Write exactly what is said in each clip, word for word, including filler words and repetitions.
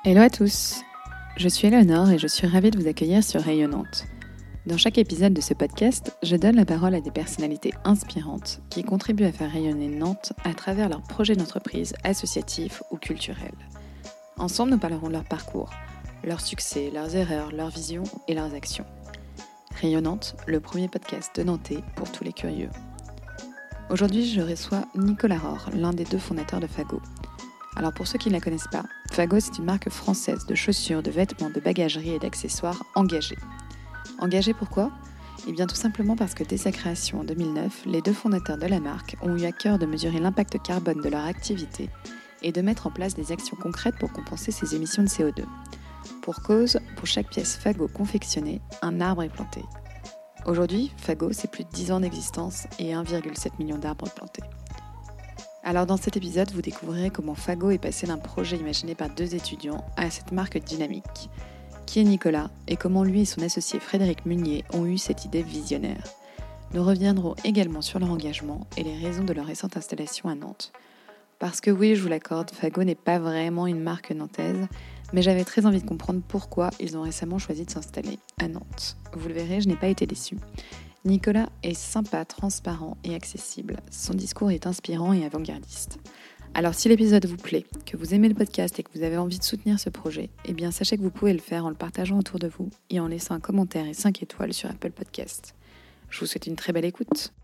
Hello à tous, je suis Eleonore et je suis ravie de vous accueillir sur Rayonnante. Dans chaque épisode de ce podcast, je donne la parole à des personnalités inspirantes qui contribuent à faire rayonner Nantes à travers leurs projets d'entreprise associatifs ou culturels. Ensemble, nous parlerons de leur parcours, leurs succès, leurs erreurs, leurs visions et leurs actions. Rayonnante, le premier podcast de Nantais pour tous les curieux. Aujourd'hui, je reçois Nicolas Rohr, l'un des deux fondateurs de Fago. Alors pour ceux qui ne la connaissent pas, Fago c'est une marque française de chaussures, de vêtements, de bagagerie et d'accessoires engagés. Engagés pourquoi ? Eh bien tout simplement parce que dès sa création en deux mille neuf, les deux fondateurs de la marque ont eu à cœur de mesurer l'impact carbone de leur activité et de mettre en place des actions concrètes pour compenser ces émissions de C O deux. Pour cause, pour chaque pièce Fago confectionnée, un arbre est planté. Aujourd'hui, Fago c'est plus de dix ans d'existence et un virgule sept million d'arbres plantés. Alors dans cet épisode, vous découvrirez comment Fago est passé d'un projet imaginé par deux étudiants à cette marque dynamique. Qui est Nicolas et comment lui et son associé Frédéric Munier ont eu cette idée visionnaire. Nous reviendrons également sur leur engagement et les raisons de leur récente installation à Nantes. Parce que oui, je vous l'accorde, Fago n'est pas vraiment une marque nantaise, mais j'avais très envie de comprendre pourquoi ils ont récemment choisi de s'installer à Nantes. Vous le verrez, je n'ai pas été déçue. Nicolas est sympa, transparent et accessible. Son discours est inspirant et avant-gardiste. Alors si l'épisode vous plaît, que vous aimez le podcast et que vous avez envie de soutenir ce projet, eh bien sachez que vous pouvez le faire en le partageant autour de vous et en laissant un commentaire et cinq étoiles sur Apple Podcast. Je vous souhaite une très belle écoute.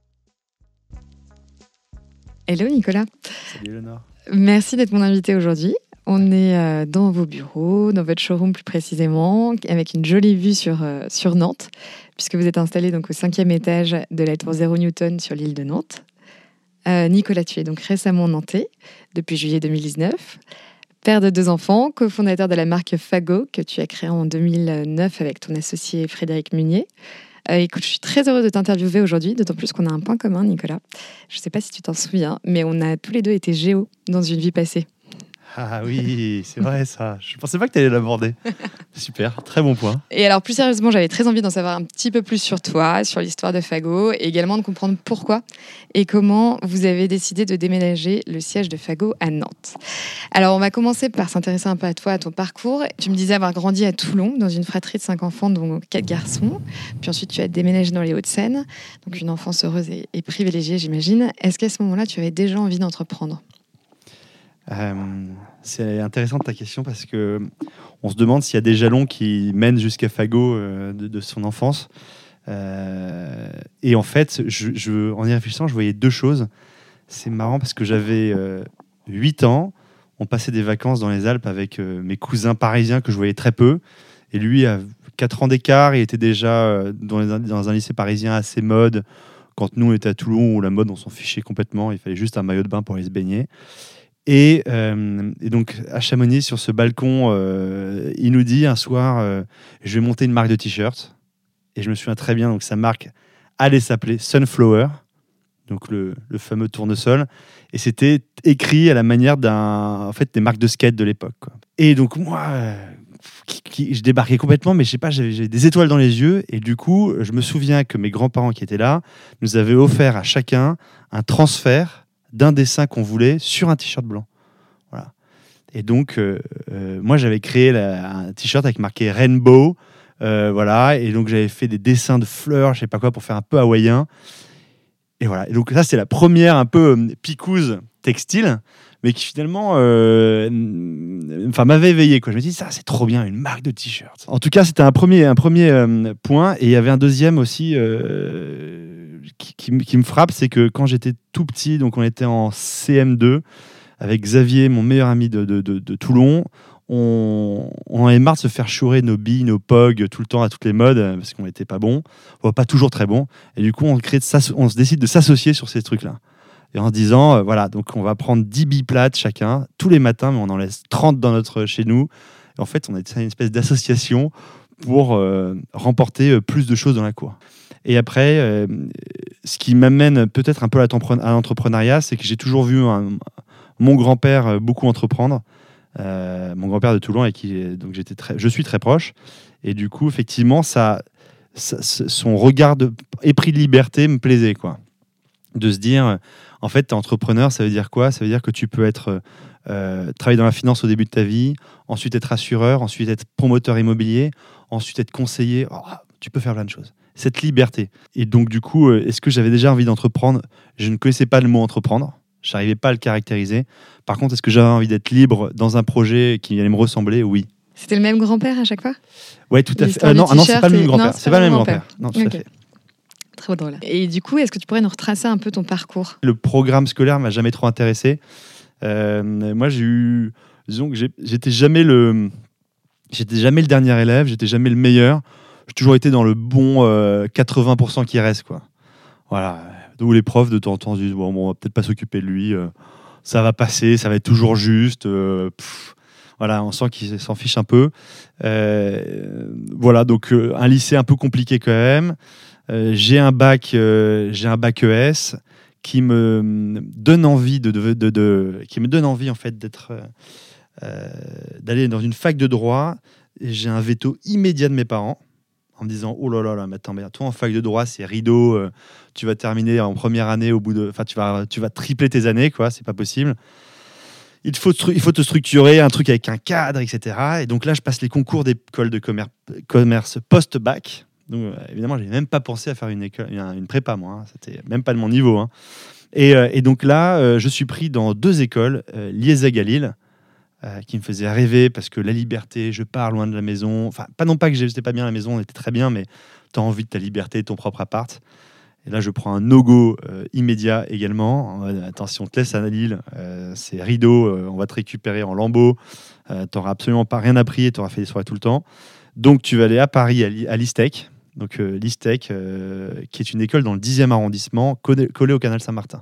Hello Nicolas. Salut Eleonore. Merci d'être mon invité aujourd'hui. On est dans vos bureaux, dans votre showroom plus précisément, avec une jolie vue sur, euh, sur Nantes, puisque vous êtes installé donc au cinquième étage de la tour Zéro Newton sur l'île de Nantes. Euh, Nicolas, tu es donc récemment nantais, depuis juillet deux mille dix-neuf, père de deux enfants, cofondateur de la marque Fago, que tu as créée en deux mille neuf avec ton associé Frédéric Munier. Euh, écoute, je suis très heureuse de t'interviewer aujourd'hui, d'autant plus qu'on a un point commun, Nicolas. Je ne sais pas si tu t'en souviens, mais on a tous les deux été géos dans une vie passée. Ah oui, c'est vrai ça. Je ne pensais pas que tu allais l'aborder. Super, très bon point. Et alors plus sérieusement, j'avais très envie d'en savoir un petit peu plus sur toi, sur l'histoire de Fago, et également de comprendre pourquoi et comment vous avez décidé de déménager le siège de Fago à Nantes. Alors on va commencer par s'intéresser un peu à toi, à ton parcours. Tu me disais avoir grandi à Toulon, dans une fratrie de cinq enfants, dont quatre garçons. Puis ensuite tu as déménagé dans les Hauts-de-Seine, donc une enfance heureuse et, et privilégiée, j'imagine. Est-ce qu'à ce moment-là, tu avais déjà envie d'entreprendre ? Euh, c'est intéressant ta question parce que on se demande s'il y a des jalons qui mènent jusqu'à Fago euh, de, de son enfance. Euh, et en fait, je, je, en y réfléchissant, je voyais deux choses. C'est marrant parce que j'avais euh, huit ans. On passait des vacances dans les Alpes avec euh, mes cousins parisiens que je voyais très peu. Et lui, à quatre ans d'écart, il était déjà dans, les, dans un lycée parisien assez mode. Quand nous, on était à Toulon, où la mode, on s'en fichait complètement. Il fallait juste un maillot de bain pour aller se baigner. Et, euh, et donc à Chamonix, sur ce balcon, euh, il nous dit un soir euh, je vais monter une marque de t-shirts. Et je me souviens très bien, donc sa marque allait s'appeler Sunflower, donc le, le fameux tournesol. Et c'était écrit à la manière d'un, en fait, des marques de skate de l'époque, quoi. Et donc moi, euh, qui, qui, je débarquais complètement, mais je sais pas, j'avais, j'avais des étoiles dans les yeux. Et du coup, je me souviens que mes grands-parents qui étaient là nous avaient offert à chacun un transfert d'un dessin qu'on voulait sur un t-shirt blanc. Voilà. Et donc, euh, euh, moi, j'avais créé la, un t-shirt avec marqué Rainbow. Euh, voilà. Et donc, j'avais fait des dessins de fleurs, je sais pas quoi, pour faire un peu hawaïen. Et voilà. Et donc, ça, c'est la première un peu euh, picouse textile, mais qui finalement euh, enfin, m'avait éveillé, quoi. Je me dis, ça, c'est trop bien, une marque de t-shirt. En tout cas, c'était un premier, un premier euh, point. Et il y avait un deuxième aussi euh, qui, qui, qui me frappe, c'est que quand j'étais tout petit, donc on était en C M deux, avec Xavier, mon meilleur ami de, de, de, de Toulon, on, on avait marre de se faire chourer nos billes, nos pogs tout le temps à toutes les modes, parce qu'on n'était pas bons, enfin, pas toujours très bons. Et du coup, on, crée de on se décide de s'associer sur ces trucs-là. Et en se disant, euh, voilà, donc on va prendre dix billes plates chacun, tous les matins, mais on en laisse trente dans notre, chez nous. Et en fait, on est une espèce d'association pour euh, remporter euh, plus de choses dans la cour. Et après, euh, ce qui m'amène peut-être un peu à l'entrepreneuriat, c'est que j'ai toujours vu un, mon grand-père beaucoup entreprendre. Euh, mon grand-père de Toulon, avec qui donc j'étais très, je suis très proche. Et du coup, effectivement, ça, ça, son regard de, épris de liberté me plaisait, quoi. De se dire, En fait, entrepreneur, ça veut dire quoi ? Ça veut dire que tu peux être euh, travailler dans la finance au début de ta vie, ensuite être assureur, ensuite être promoteur immobilier, ensuite être conseiller. Oh, tu peux faire plein de choses. Cette liberté. Et donc, du coup, euh, est-ce que j'avais déjà envie d'entreprendre ? Je ne connaissais pas le mot entreprendre. Je n'arrivais pas à le caractériser. Par contre, est-ce que j'avais envie d'être libre dans un projet qui allait me ressembler ? Oui. C'était le même grand-père à chaque fois ? Oui, tout à fait. Euh, non, non, c'est pas le même grand-père. Non, c'est, c'est pas le même grand-père. grand-père. Non, tout okay. à fait. Trop drôle. Et du coup, est-ce que tu pourrais nous retracer un peu ton parcours ? Le programme scolaire m'a jamais trop intéressé. Euh, moi, j'ai eu, disons que j'ai, j'étais jamais le, j'étais jamais le dernier élève, j'étais jamais le meilleur. J'ai toujours été dans le bon euh, quatre-vingts pour cent qui reste, quoi. Voilà. D'où les profs de temps en temps disent bon, bon, on va peut-être pas s'occuper de lui, euh, ça va passer, ça va être toujours juste. Euh, pff, voilà, on sent qu'ils s'en fichent un peu. Euh, voilà, donc euh, un lycée un peu compliqué quand même. Euh, j'ai un bac, euh, j'ai un bac E S qui me donne envie de, de, de, de qui me donne envie en fait d'être, euh, d'aller dans une fac de droit. Et j'ai un veto immédiat de mes parents en me disant oh là là là, mais attends, mais toi en fac de droit c'est rideau, euh, tu vas terminer en première année au bout de, enfin tu vas, tu vas tripler tes années quoi, c'est pas possible. Il faut, il faut te structurer un truc avec un cadre, et cetera. Et donc là, je passe les concours d'école de commerce, commerce post-bac. Donc, euh, évidemment, je n'avais même pas pensé à faire une, école, une prépa, moi. Hein. C'était même pas de mon niveau. Hein. Et, euh, et donc là, euh, je suis pris dans deux écoles, euh, Liège-Galil, euh, qui me faisaient rêver parce que la liberté, je pars loin de la maison. Enfin, pas non pas que j'étais pas bien à la maison, on était très bien, mais tu as envie de ta liberté, de ton propre appart. Et là, je prends un no-go euh, immédiat également. Euh, attention, on te laisse à Lille, euh, c'est rideau, euh, on va te récupérer en lambeaux. Euh, tu n'auras absolument pas rien appris et tu auras fait des soirées tout le temps. Donc, tu vas aller à Paris, à, à l'ISTEC, donc euh, l'ISTEC, euh, qui est une école dans le dixième arrondissement, collée collé au canal Saint-Martin.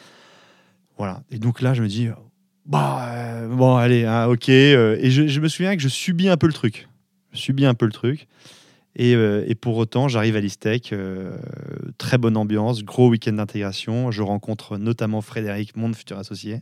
Voilà. Et donc là, je me dis, bah, euh, bon, allez, hein, ok. Euh, et je, je me souviens que je subis un peu le truc. Je subis un peu le truc. Et, euh, et pour autant, j'arrive à l'ISTEC, euh, très bonne ambiance, gros week-end d'intégration. Je rencontre notamment Frédéric, mon futur associé,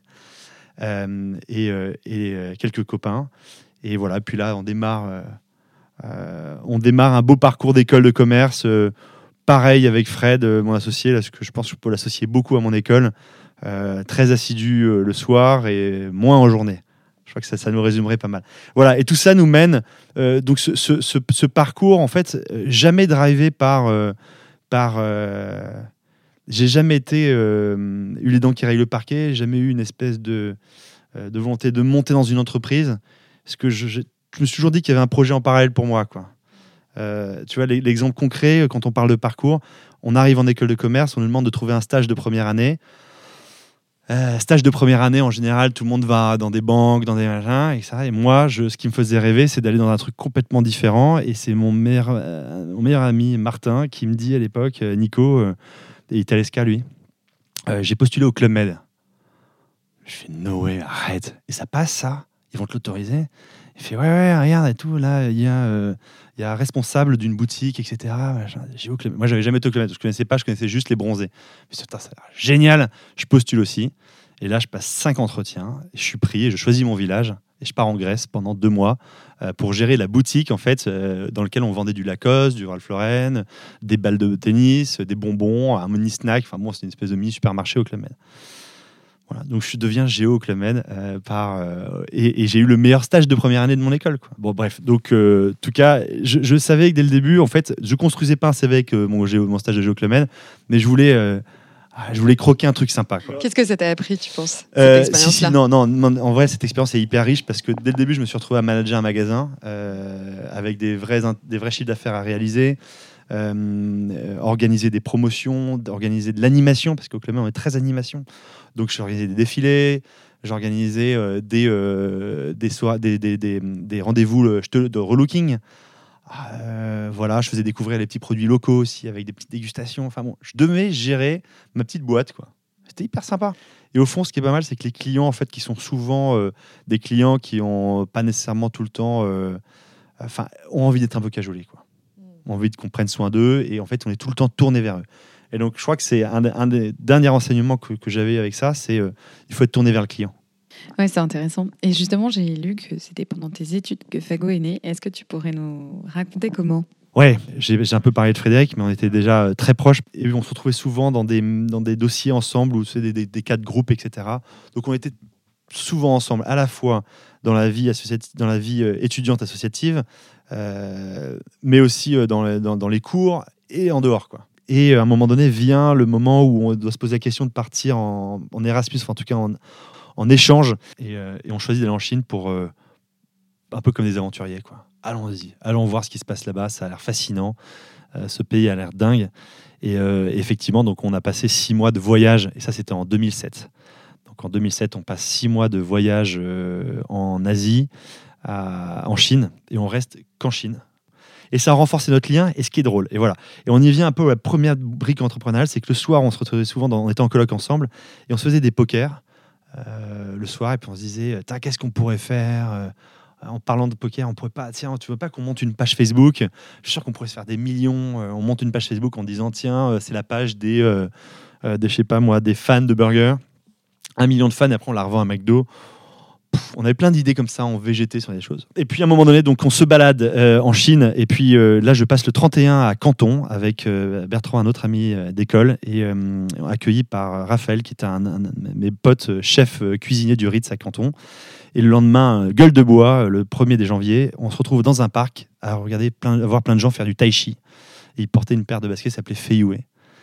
euh, et, euh, et euh, quelques copains. Et voilà, puis là, on démarre, euh, euh, on démarre un beau parcours d'école de commerce. Euh, pareil avec Fred, euh, mon associé, là, parce que je pense que je peux l'associer beaucoup à mon école. Euh, très assidu euh, le soir et moins en journée. Je crois que ça, ça nous résumerait pas mal. Voilà, et tout ça nous mène euh, donc ce, ce, ce, ce parcours en fait euh, jamais drivé par euh, par. Euh, j'ai jamais été euh, eu les dents qui rayent le parquet, jamais eu une espèce de euh, de volonté de monter dans une entreprise, parce que je, je, je me suis toujours dit qu'il y avait un projet en parallèle pour moi, quoi. Euh, tu vois l'exemple concret quand on parle de parcours, on arrive en école de commerce, on nous demande de trouver un stage de première année. Euh, stage de première année, en général, tout le monde va dans des banques, dans des machins, et ça. Et moi, je, ce qui me faisait rêver, c'est d'aller dans un truc complètement différent. Et c'est mon meilleur, euh, mon meilleur ami Martin qui me dit à l'époque, euh, Nico, euh, il était à l'E S C A, lui, euh, j'ai postulé au Club Med. Je fais no way, arrête. Et ça passe, ça ? Ils vont te l'autoriser ? Il fait ouais, ouais, regarde et tout. Là, il y a, euh, il y a un responsable d'une boutique, et cetera. J'ai au Club... Moi, j'avais jamais été au Club Med. Je connaissais pas, je connaissais juste les bronzés. Je me suis dit, ça a l'air génial. Je postule aussi. Et là, je passe cinq entretiens. Je suis pris et je choisis mon village. Et je pars en Grèce pendant deux mois euh, pour gérer la boutique en fait, euh, dans laquelle on vendait du Lacoste, du Ralph Lauren, des balles de tennis, des bonbons, un mini snack. Enfin bon, c'était une espèce de mini supermarché au Club Med. Voilà, donc je deviens géo au Club Med euh, par, euh, et, et j'ai eu le meilleur stage de première année de mon école, quoi. Bon, bref, donc en euh, tout cas, je, je savais que dès le début, en fait, je construisais pas un C V avec euh, mon, géo, mon stage de géo au Club Med, mais je voulais, euh, je voulais croquer un truc sympa, quoi. Qu'est-ce que ça t'a appris, tu penses, cette euh, expérience-là ? si, si, non, non, non, en vrai, cette expérience est hyper riche parce que dès le début, je me suis retrouvé à manager un magasin euh, avec des vrais, des vrais chiffres d'affaires à réaliser. Euh, organiser des promotions, organiser de l'animation, parce qu'au Club Med on est très animation. Donc j'ai organisé des défilés, j'ai organisé euh, des, euh, des, soir- des, des, des, des rendez-vous de relooking. Euh, voilà, je faisais découvrir les petits produits locaux aussi avec des petites dégustations. Enfin bon, je devais gérer ma petite boîte, quoi. C'était hyper sympa. Et au fond, ce qui est pas mal, c'est que les clients, en fait, qui sont souvent euh, des clients qui ont pas nécessairement tout le temps, euh, enfin, ont envie d'être un peu cajolés, quoi. Ont envie qu'on prenne soin d'eux et en fait on est tout le temps tourné vers eux. Et donc je crois que c'est un, un des derniers enseignements que, que j'avais avec ça, c'est euh, il faut être tourné vers le client. Ouais, c'est intéressant. Et justement, j'ai lu que c'était pendant tes études que Fago est né. Est-ce que tu pourrais nous raconter comment ? Ouais, j'ai, j'ai un peu parlé de Frédéric, mais on était déjà très proches. Et on se retrouvait souvent dans des, dans des dossiers ensemble, où c'est des, des, des cas de groupe, et cetera. Donc on était souvent ensemble, à la fois dans la vie, associative, dans la vie euh, étudiante associative, euh, mais aussi euh, dans, le, dans, dans les cours et en dehors, quoi. Et à un moment donné vient le moment où on doit se poser la question de partir en, en Erasmus, enfin en tout cas en, en échange. Et, euh, et on choisit d'aller en Chine pour euh, un peu comme des aventuriers, quoi. Allons-y, allons voir ce qui se passe là-bas, ça a l'air fascinant. Euh, ce pays a l'air dingue. Et, euh, et effectivement, donc on a passé six mois de voyage, et ça c'était en deux mille sept. Donc en deux mille sept, on passe six mois de voyage euh, en Asie, à, en Chine, et on reste qu'en Chine. Et ça a renforcé notre lien, et ce qui est drôle. Et voilà. Et on y vient un peu à la première brique entrepreneuriale, c'est que le soir, on se retrouvait souvent, dans, on était en coloc ensemble, et on se faisait des pokers euh, le soir, et puis on se disait, qu'est-ce qu'on pourrait faire euh, en parlant de poker, on pourrait pas, tiens, tu veux pas qu'on monte une page Facebook? Je suis sûr qu'on pourrait se faire des millions. Euh, on monte une page Facebook en disant, tiens, euh, c'est la page des, euh, euh, des, je sais pas moi, des fans de burgers. Un million de fans, et après on la revend à McDo. Pff, on avait plein d'idées comme ça en V G T sur des choses. Et puis à un moment donné, donc on se balade euh, en Chine. Et puis euh, là, je passe le trente et un à Canton avec euh, Bertrand, un autre ami euh, d'école, et euh, accueilli par Raphaël, qui était un, un, un de mes potes euh, chef euh, cuisinier du Ritz à Canton. Et le lendemain, euh, gueule de bois, le premier janvier, on se retrouve dans un parc à regarder plein, à voir plein de gens faire du tai chi. Et ils portaient une paire de baskets qui s'appelait Fei-Yue.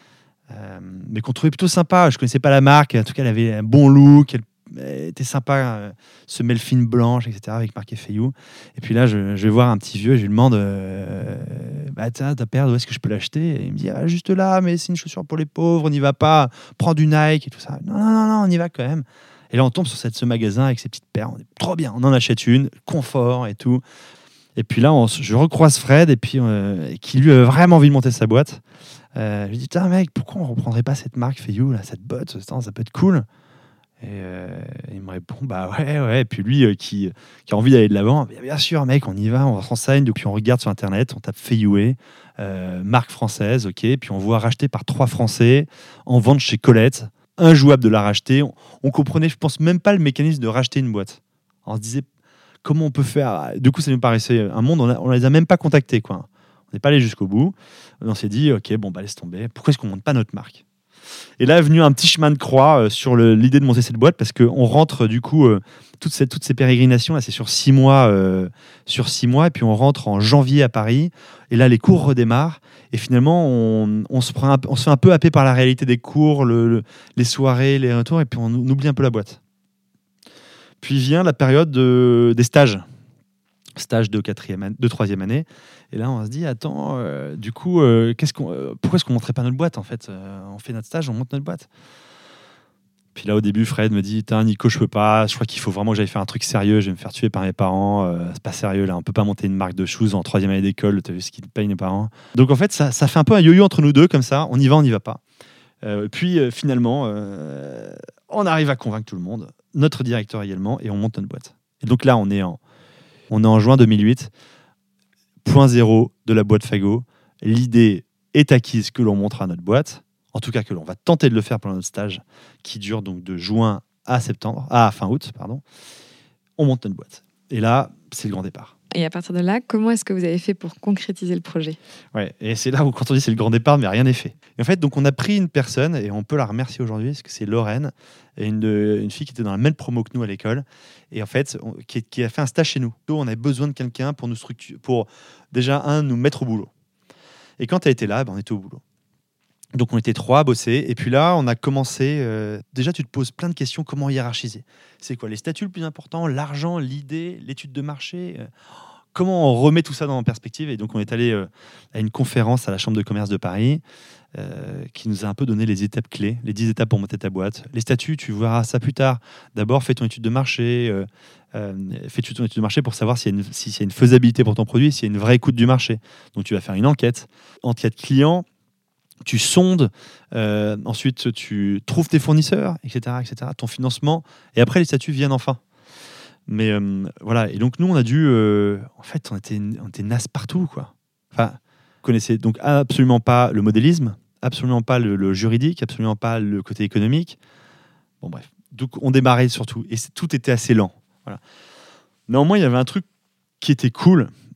Euh, mais qu'on trouvait plutôt sympa. Je connaissais pas la marque, en tout cas elle avait un bon look, elle, elle était sympa, euh, ce melfine blanche, et cetera, avec marqué Fei-Yue. Et puis là, je, je vais voir un petit vieux et je lui demande euh, bah, ta paire, où est-ce que je peux l'acheter? Et il me dit ah, juste là, mais c'est une chaussure pour les pauvres, on n'y va pas, prends du Nike et tout ça. Non, non, non, non, on y va quand même. Et là, on tombe sur cette, ce magasin avec ses petites paires, on est trop bien, on en achète une, confort et tout. Et puis là, on, je recroise Fred, et puis euh, qui lui a vraiment envie de monter sa boîte. Euh, je lui dis, putain mec, pourquoi on reprendrait pas cette marque Fei-Yue, là, cette botte, ça peut être cool. Et euh, il me répond, bah ouais, ouais. Et puis lui, euh, qui, qui a envie d'aller de l'avant, bien sûr mec, on y va, on s'enseigne. Donc on regarde sur Internet, on tape Fei-Yue, euh, marque française, ok. Puis on voit racheter par trois Français, en vente chez Colette, injouable de la racheter. On, on comprenait, je pense, même pas le mécanisme de racheter une boîte. On se disait, comment on peut faire? Du coup, ça nous paraissait un monde, on ne les a même pas contactés, quoi. On n'est pas allé jusqu'au bout. On s'est dit, ok, bon, bah laisse tomber. Pourquoi est-ce qu'on ne monte pas notre marque? Et là est venu un petit chemin de croix euh, sur le, l'idée de monter cette boîte, parce qu'on rentre du coup, euh, toutes, ces, toutes ces pérégrinations, là, c'est sur six mois, euh, sur six mois, et puis on rentre en janvier à Paris, et là les cours redémarrent, et finalement on, on, se, prend un, on se fait un peu happer par la réalité des cours, le, le, les soirées, les retours, et puis on, on oublie un peu la boîte. Puis vient la période de, des stages. Stage de, quatrième, de troisième année. Et là, on se dit, attends, euh, du coup, euh, qu'est-ce qu'on, euh, pourquoi est-ce qu'on ne monterait pas notre boîte, en fait? euh, On fait notre stage, on monte notre boîte. Puis là, au début, Fred me dit, Nico, je peux pas, je crois qu'il faut vraiment que j'aille faire un truc sérieux, je vais me faire tuer par mes parents, euh, c'est pas sérieux, là, on peut pas monter une marque de shoes en troisième année d'école, t'as vu ce qu'ils payent mes parents. Donc en fait, ça, ça fait un peu un yo-yo entre nous deux, comme ça, on y va, on n'y va pas. Euh, puis euh, finalement, euh, on arrive à convaincre tout le monde, notre directeur également, et on monte notre boîte. Et donc là, on est en On est en juin deux mille huit, point zéro de la boîte Fago. L'idée est acquise que l'on montera notre boîte, en tout cas que l'on va tenter de le faire pendant notre stage, qui dure donc de juin à septembre, à fin août, pardon. On monte notre boîte. Et là, c'est le grand départ. Et à partir de là, comment est-ce que vous avez fait pour concrétiser le projet? Ouais, et c'est là où quand on dit c'est le grand départ, mais rien n'est fait. Et en fait, donc on a pris une personne, et on peut la remercier aujourd'hui, parce que c'est Lorraine, et une, une fille qui était dans la même promo que nous à l'école, et en fait, on, qui, qui a fait un stage chez nous. On avait besoin de quelqu'un pour nous structurer, pour déjà, un, nous mettre au boulot. Et quand elle était là, ben, on était au boulot. Donc on était trois à bosser, et puis là, on a commencé... Euh, déjà, tu te poses plein de questions, comment hiérarchiser? C'est quoi les statuts le plus important? L'argent, l'idée, l'étude de marché euh, Comment on remet tout ça dans perspective? Et donc on est allé euh, à une conférence à la Chambre de commerce de Paris, euh, qui nous a un peu donné les étapes clés, les dix étapes pour monter ta boîte. Les statuts, tu verras ça plus tard. D'abord, fais ton étude de marché, euh, euh, fais ton étude de marché pour savoir s'il y a une, s'il y a une faisabilité pour ton produit, s'il y a une vraie écoute du marché. Donc tu vas faire une enquête. Enquête client, tu sondes, euh, ensuite tu trouves tes fournisseurs, et cetera, et cetera, ton financement, et après les statuts viennent enfin. Mais euh, voilà, et donc nous on a dû, euh, en fait on était, on était naze partout, quoi. Enfin, vous connaissez donc absolument pas le modélisme, absolument pas le, le juridique, absolument pas le côté économique. Bon bref, donc on démarrait surtout, et tout était assez lent. Voilà. Néanmoins, il y avait un truc qui était cool,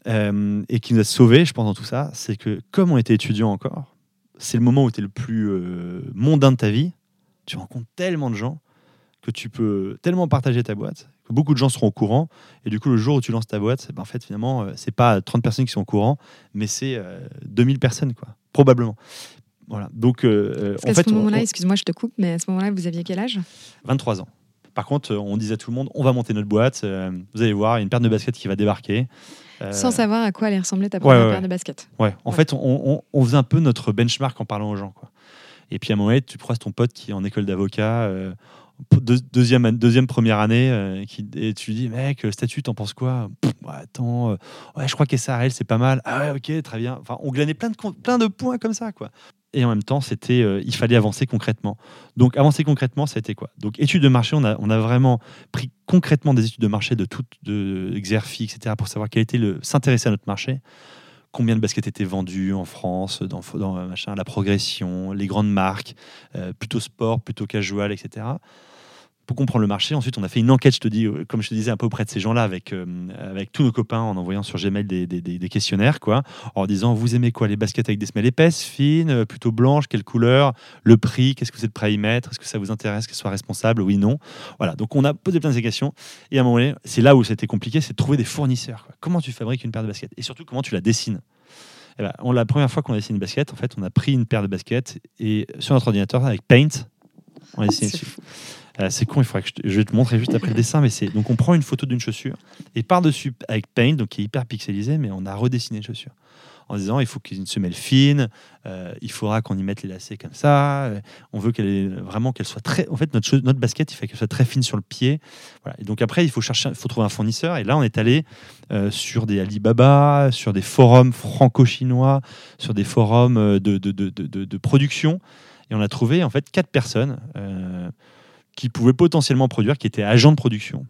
euh, et qui nous a sauvés, je pense, dans tout ça, c'est que comme on était étudiant encore, c'est le moment où tu es le plus euh, mondain de ta vie. Tu rencontres tellement de gens que tu peux tellement partager ta boîte que beaucoup de gens seront au courant. Et du coup, le jour où tu lances ta boîte, ben, en fait, finalement, euh, c'est pas trente personnes qui sont au courant, mais c'est euh, deux mille personnes, quoi, probablement. Voilà. Donc, euh, Parce qu'à en fait, ce moment-là, on- excuse-moi, je te coupe, mais à ce moment-là, vous aviez quel âge ? vingt-trois ans. Par contre, euh, on disait à tout le monde, on va monter notre boîte. euh, vous allez voir, il y a une paire de baskets qui va débarquer. Euh, Sans savoir à quoi allait ressembler ta première ouais, ouais, paire ouais. de baskets. Ouais, en Ouais. fait, on, on, on faisait un peu notre benchmark en parlant aux gens, quoi. Et puis à un moment donné, tu croises ton pote qui est en école d'avocat, euh, deux- deuxième, deuxième, première année, euh, qui, et tu lui dis, mec, le statut, t'en penses quoi ? Pff, ouais, attends, euh, ouais, je crois qu'S A R L, c'est pas mal. Ah ouais, ok, très bien. Enfin, on glanait plein de, con- plein de points comme ça, quoi. Et en même temps, c'était, euh, il fallait avancer concrètement. Donc, avancer concrètement, ça a été quoi ? Donc, études de marché, on a, on a vraiment pris concrètement des études de marché de toutes, de Xerfi, et cetera, pour savoir quel était le, s'intéresser à notre marché. Combien de baskets étaient vendues en France, dans, dans machin, la progression, les grandes marques, euh, plutôt sport, plutôt casual, et cetera. Pour comprendre le marché, ensuite, on a fait une enquête, je te dis, euh, comme je te disais, un peu auprès de ces gens-là, avec, euh, avec tous nos copains, en envoyant sur Gmail des, des, des, des questionnaires, quoi, en disant, vous aimez quoi, les baskets avec des semelles épaisses, fines, euh, plutôt blanches, quelle couleur, le prix, qu'est-ce que vous êtes prêt à y mettre, est-ce que ça vous intéresse qu'elles soient responsables, oui, non. Voilà, donc on a posé plein de questions, et à un moment donné, c'est là où c'était compliqué, c'est de trouver des fournisseurs, quoi. Comment tu fabriques une paire de baskets, et surtout, comment tu la dessines. Eh ben, on, la première fois qu'on a dessiné une basket, en fait, on a pris une paire de baskets et sur notre ordinateur avec Paint, on a dessiné C'est dessus. fou. Euh, c'est con, il faudrait que je, te, je vais te montrer juste après le dessin, mais c'est donc on prend une photo d'une chaussure et par-dessus avec Paint, donc qui est hyper pixelisé, mais on a redessiné une chaussure en disant il faut qu'il y ait une semelle fine, euh, il faudra qu'on y mette les lacets comme ça, euh, on veut qu'elle ait, vraiment qu'elle soit très, en fait notre chose, notre basket, il faut qu'elle soit très fine sur le pied. Voilà. Et donc après il faut chercher, il faut trouver un fournisseur et là on est allé euh, sur des Alibaba, sur des forums franco-chinois, sur des forums de, de, de, de, de, de production et on a trouvé en fait quatre personnes. Euh, qui pouvaient potentiellement produire, qui étaient agents de production.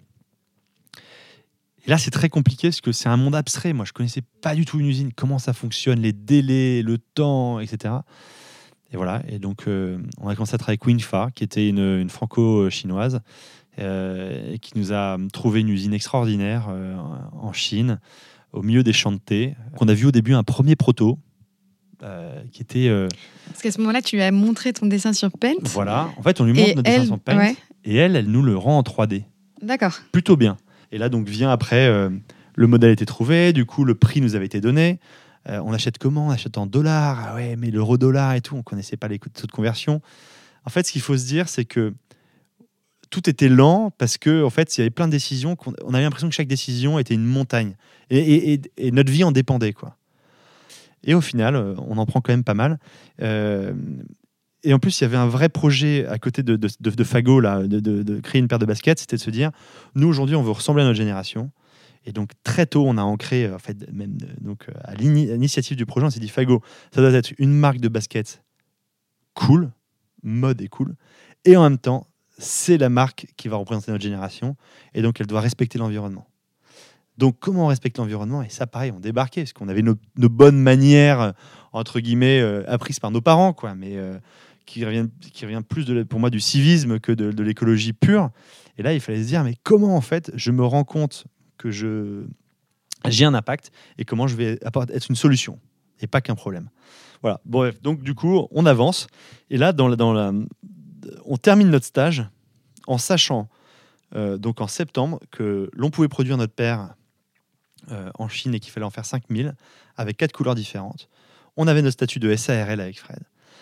Et là, c'est très compliqué parce que c'est un monde abstrait. Moi, je ne connaissais pas du tout une usine, comment ça fonctionne, les délais, le temps, et cetera. Et voilà. Et donc, euh, on a commencé à travailler avec Winfa, qui était une, une franco-chinoise, euh, et qui nous a trouvé une usine extraordinaire euh, en Chine, au milieu des champs de thé. On a vu au début un premier proto, Euh, qui était euh, Parce qu'à ce moment-là, tu lui as montré ton dessin sur Paint. voilà, en fait on lui montre Et notre elle, dessin sur Paint ouais. et elle elle nous le rend en trois D D'accord. plutôt bien. Et là donc vient après euh, le modèle a été trouvé, du coup le prix nous avait été donné. Euh, on achète comment? On achète en dollars. Ah ouais, mais l'euro dollar et tout, on connaissait pas les coûts de conversion. En fait, ce qu'il faut se dire, c'est que tout était lent parce que en fait il y avait plein de décisions qu'on on avait l'impression que chaque décision était une montagne et, et, et, et notre vie en dépendait, quoi. Et au final, on en prend quand même pas mal. Euh, et en plus, il y avait un vrai projet à côté de, de, de, de Fago, là, de, de, de créer une paire de baskets. C'était de se dire, nous, aujourd'hui, on veut ressembler à notre génération. Et donc, très tôt, on a ancré, en fait, même donc, à l'initiative du projet, on s'est dit, Fago, ça doit être une marque de baskets cool, mode et cool. Et en même temps, c'est la marque qui va représenter notre génération. Et donc, elle doit respecter l'environnement. Donc, comment on respecte l'environnement? Et ça, pareil, on débarquait, parce qu'on avait nos, nos bonnes manières, entre guillemets, euh, apprises par nos parents, quoi, mais euh, qui revient, qui revient plus, de, pour moi, du civisme que de, de l'écologie pure. Et là, il fallait se dire, mais comment, en fait, je me rends compte que je, j'ai un impact et comment je vais être une solution et pas qu'un problème. Voilà. Bref, donc, du coup, on avance. Et là, dans la, dans la, on termine notre stage en sachant, euh, donc en septembre, que l'on pouvait produire notre paire Euh, en Chine et qu'il fallait en faire cinq mille avec quatre couleurs différentes. On avait notre statut de S A R L avec Fred.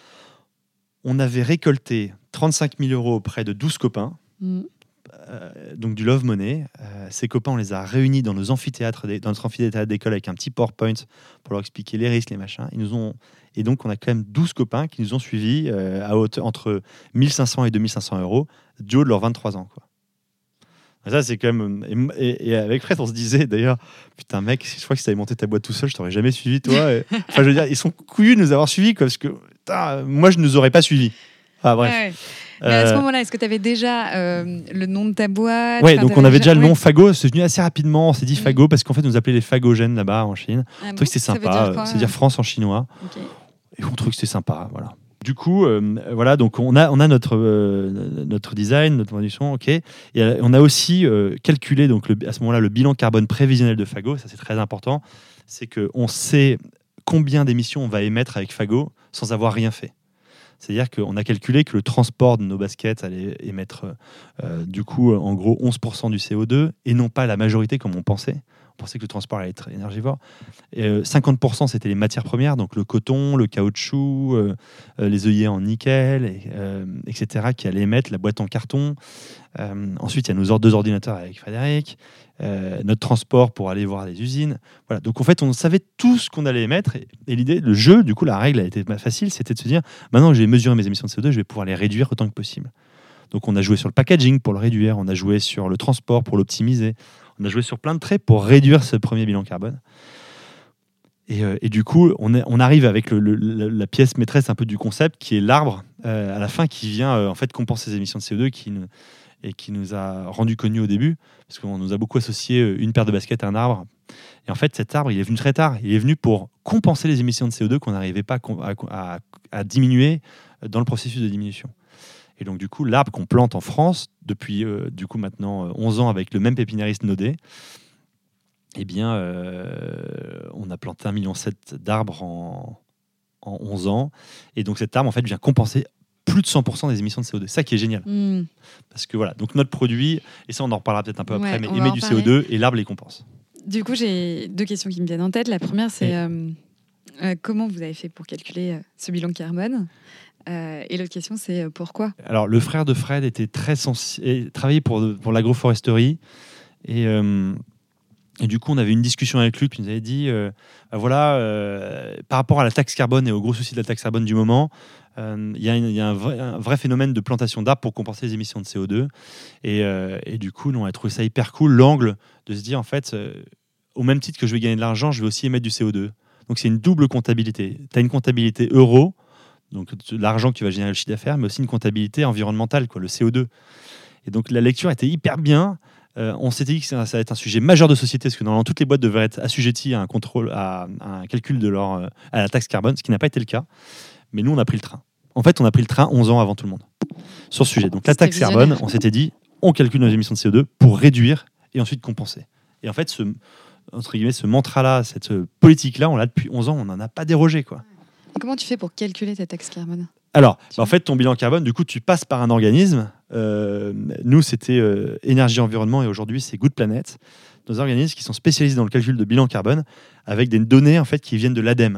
On avait récolté trente-cinq mille euros auprès de douze copains, mmh. euh, donc du love money. Euh, ces copains, on les a réunis dans nos amphithéâtres, dans notre amphithéâtre d'école avec un petit PowerPoint pour leur expliquer les risques, les machins. Ils nous ont... Et donc, on a quand même douze copains qui nous ont suivis euh, à hauteur, entre mille cinq cents et deux mille cinq cents euros, du haut de leurs vingt-trois ans, quoi. Ça, c'est quand même. Et, et avec Fred, on se disait d'ailleurs, putain, mec, je crois que si t'avais monté ta boîte tout seul, je t'aurais jamais suivi, toi. Et... Enfin, je veux dire, ils sont couillus de nous avoir suivis, quoi, parce que putain, moi, je ne nous aurais pas suivis. Enfin, bref. Ouais, ouais. Mais à ce moment-là, est-ce que tu avais déjà euh, le nom de ta boîte? Ouais, donc on avait déjà, déjà le nom ouais. Fago. C'est venu assez rapidement. On s'est dit Fago parce qu'en fait, on nous appelait les Fagogènes là-bas en Chine. Ah on bon, trouvait que c'était sympa. Ça veut dire quoi, c'est-à-dire France en chinois. Okay. Et on trouvait que c'était sympa. Voilà. du coup, euh, voilà, donc on a, on a notre, euh, notre design, notre production, ok. Et euh, on a aussi euh, calculé donc le, à ce moment-là le bilan carbone prévisionnel de Fago. Ça, c'est très important. C'est qu'on sait combien d'émissions on va émettre avec Fago sans avoir rien fait. C'est-à-dire qu'on a calculé que le transport de nos baskets allait émettre euh, du coup en gros onze pour cent du C O deux et non pas la majorité comme on pensait. On pensait que le transport allait être énergivore. Et, euh, cinquante pour cent c'était les matières premières, donc le coton, le caoutchouc, euh, euh, les œillets en nickel, et, euh, et cetera qui allaient émettre, la boîte en carton. Euh, ensuite, il y a nos or- deux ordinateurs avec Frédéric, euh, notre transport pour aller voir les usines. Voilà. Donc en fait, on savait tout ce qu'on allait émettre. Et, et l'idée, le jeu, du coup, la règle a été facile, c'était de se dire, maintenant que j'ai mesuré mes émissions de C O deux, je vais pouvoir les réduire autant que possible. Donc on a joué sur le packaging pour le réduire, on a joué sur le transport pour l'optimiser, on a joué sur plein de traits pour réduire ce premier bilan carbone. Et, euh, et du coup, on, est, on arrive avec le, le, la pièce maîtresse un peu du concept, qui est l'arbre, euh, à la fin, qui vient euh, en fait compenser les émissions de C O deux qui ne, et qui nous a rendu connus au début, parce qu'on nous a beaucoup associé une paire de baskets à un arbre. Et en fait, cet arbre, il est venu très tard. Il est venu pour compenser les émissions de C O deux qu'on n'arrivait pas à, à, à diminuer dans le processus de diminution. Et donc, du coup, l'arbre qu'on plante en France, depuis euh, du coup maintenant onze ans avec le même pépiniériste Naudet, eh bien, euh, on a planté un virgule sept million d'arbres en, en onze ans. Et donc, cet arbre, en fait, vient compenser plus de cent pour cent des émissions de C O deux. C'est ça qui est génial. Mm. Parce que voilà, donc notre produit, et ça, on en reparlera peut-être un peu ouais, après, mais émet du C O deux et l'arbre les compense. Du coup, j'ai deux questions qui me viennent en tête. La première, c'est et... euh, euh, comment vous avez fait pour calculer euh, ce bilan carbone ? Euh, et l'autre question, c'est euh, pourquoi ? Alors, le frère de Fred était très sensible, travaillait pour, pour l'agroforesterie. Et, euh, et du coup, on avait une discussion avec lui qui nous avait dit euh, bah voilà, euh, par rapport à la taxe carbone et au gros souci de la taxe carbone du moment, il euh, y a, une, y a un, vrai, un vrai phénomène de plantation d'arbres pour compenser les émissions de C O deux. Et, euh, et du coup, nous, on a trouvé ça hyper cool, l'angle de se dire, en fait, euh, au même titre que je vais gagner de l'argent, je vais aussi émettre du C O deux. Donc, c'est une double comptabilité. Tu as une comptabilité euro, donc l'argent que tu vas générer le chiffre d'affaires, mais aussi une comptabilité environnementale, quoi, le C O deux. Et donc la lecture était hyper bien. Euh, on s'était dit que ça, ça va être un sujet majeur de société, parce que normalement toutes les boîtes devraient être assujetties à un contrôle, à, à un calcul de leur, à la taxe carbone, ce qui n'a pas été le cas. Mais nous, on a pris le train. En fait, on a pris le train onze ans avant tout le monde sur ce sujet. Donc la taxe carbone, on s'était dit, on calcule nos émissions de C O deux pour réduire et ensuite compenser. Et en fait, ce, entre guillemets, ce mantra-là, cette politique-là, on l'a depuis onze ans, on n'en a pas dérogé, quoi. Comment tu fais pour calculer ta taxe carbone ? Alors, bah en fait, ton bilan carbone, du coup, tu passes par un organisme. Euh, nous, c'était euh, Énergie Environnement et aujourd'hui, c'est Good Planet. Nos organismes qui sont spécialisés dans le calcul de bilan carbone avec des données en fait, qui viennent de l'ADEME.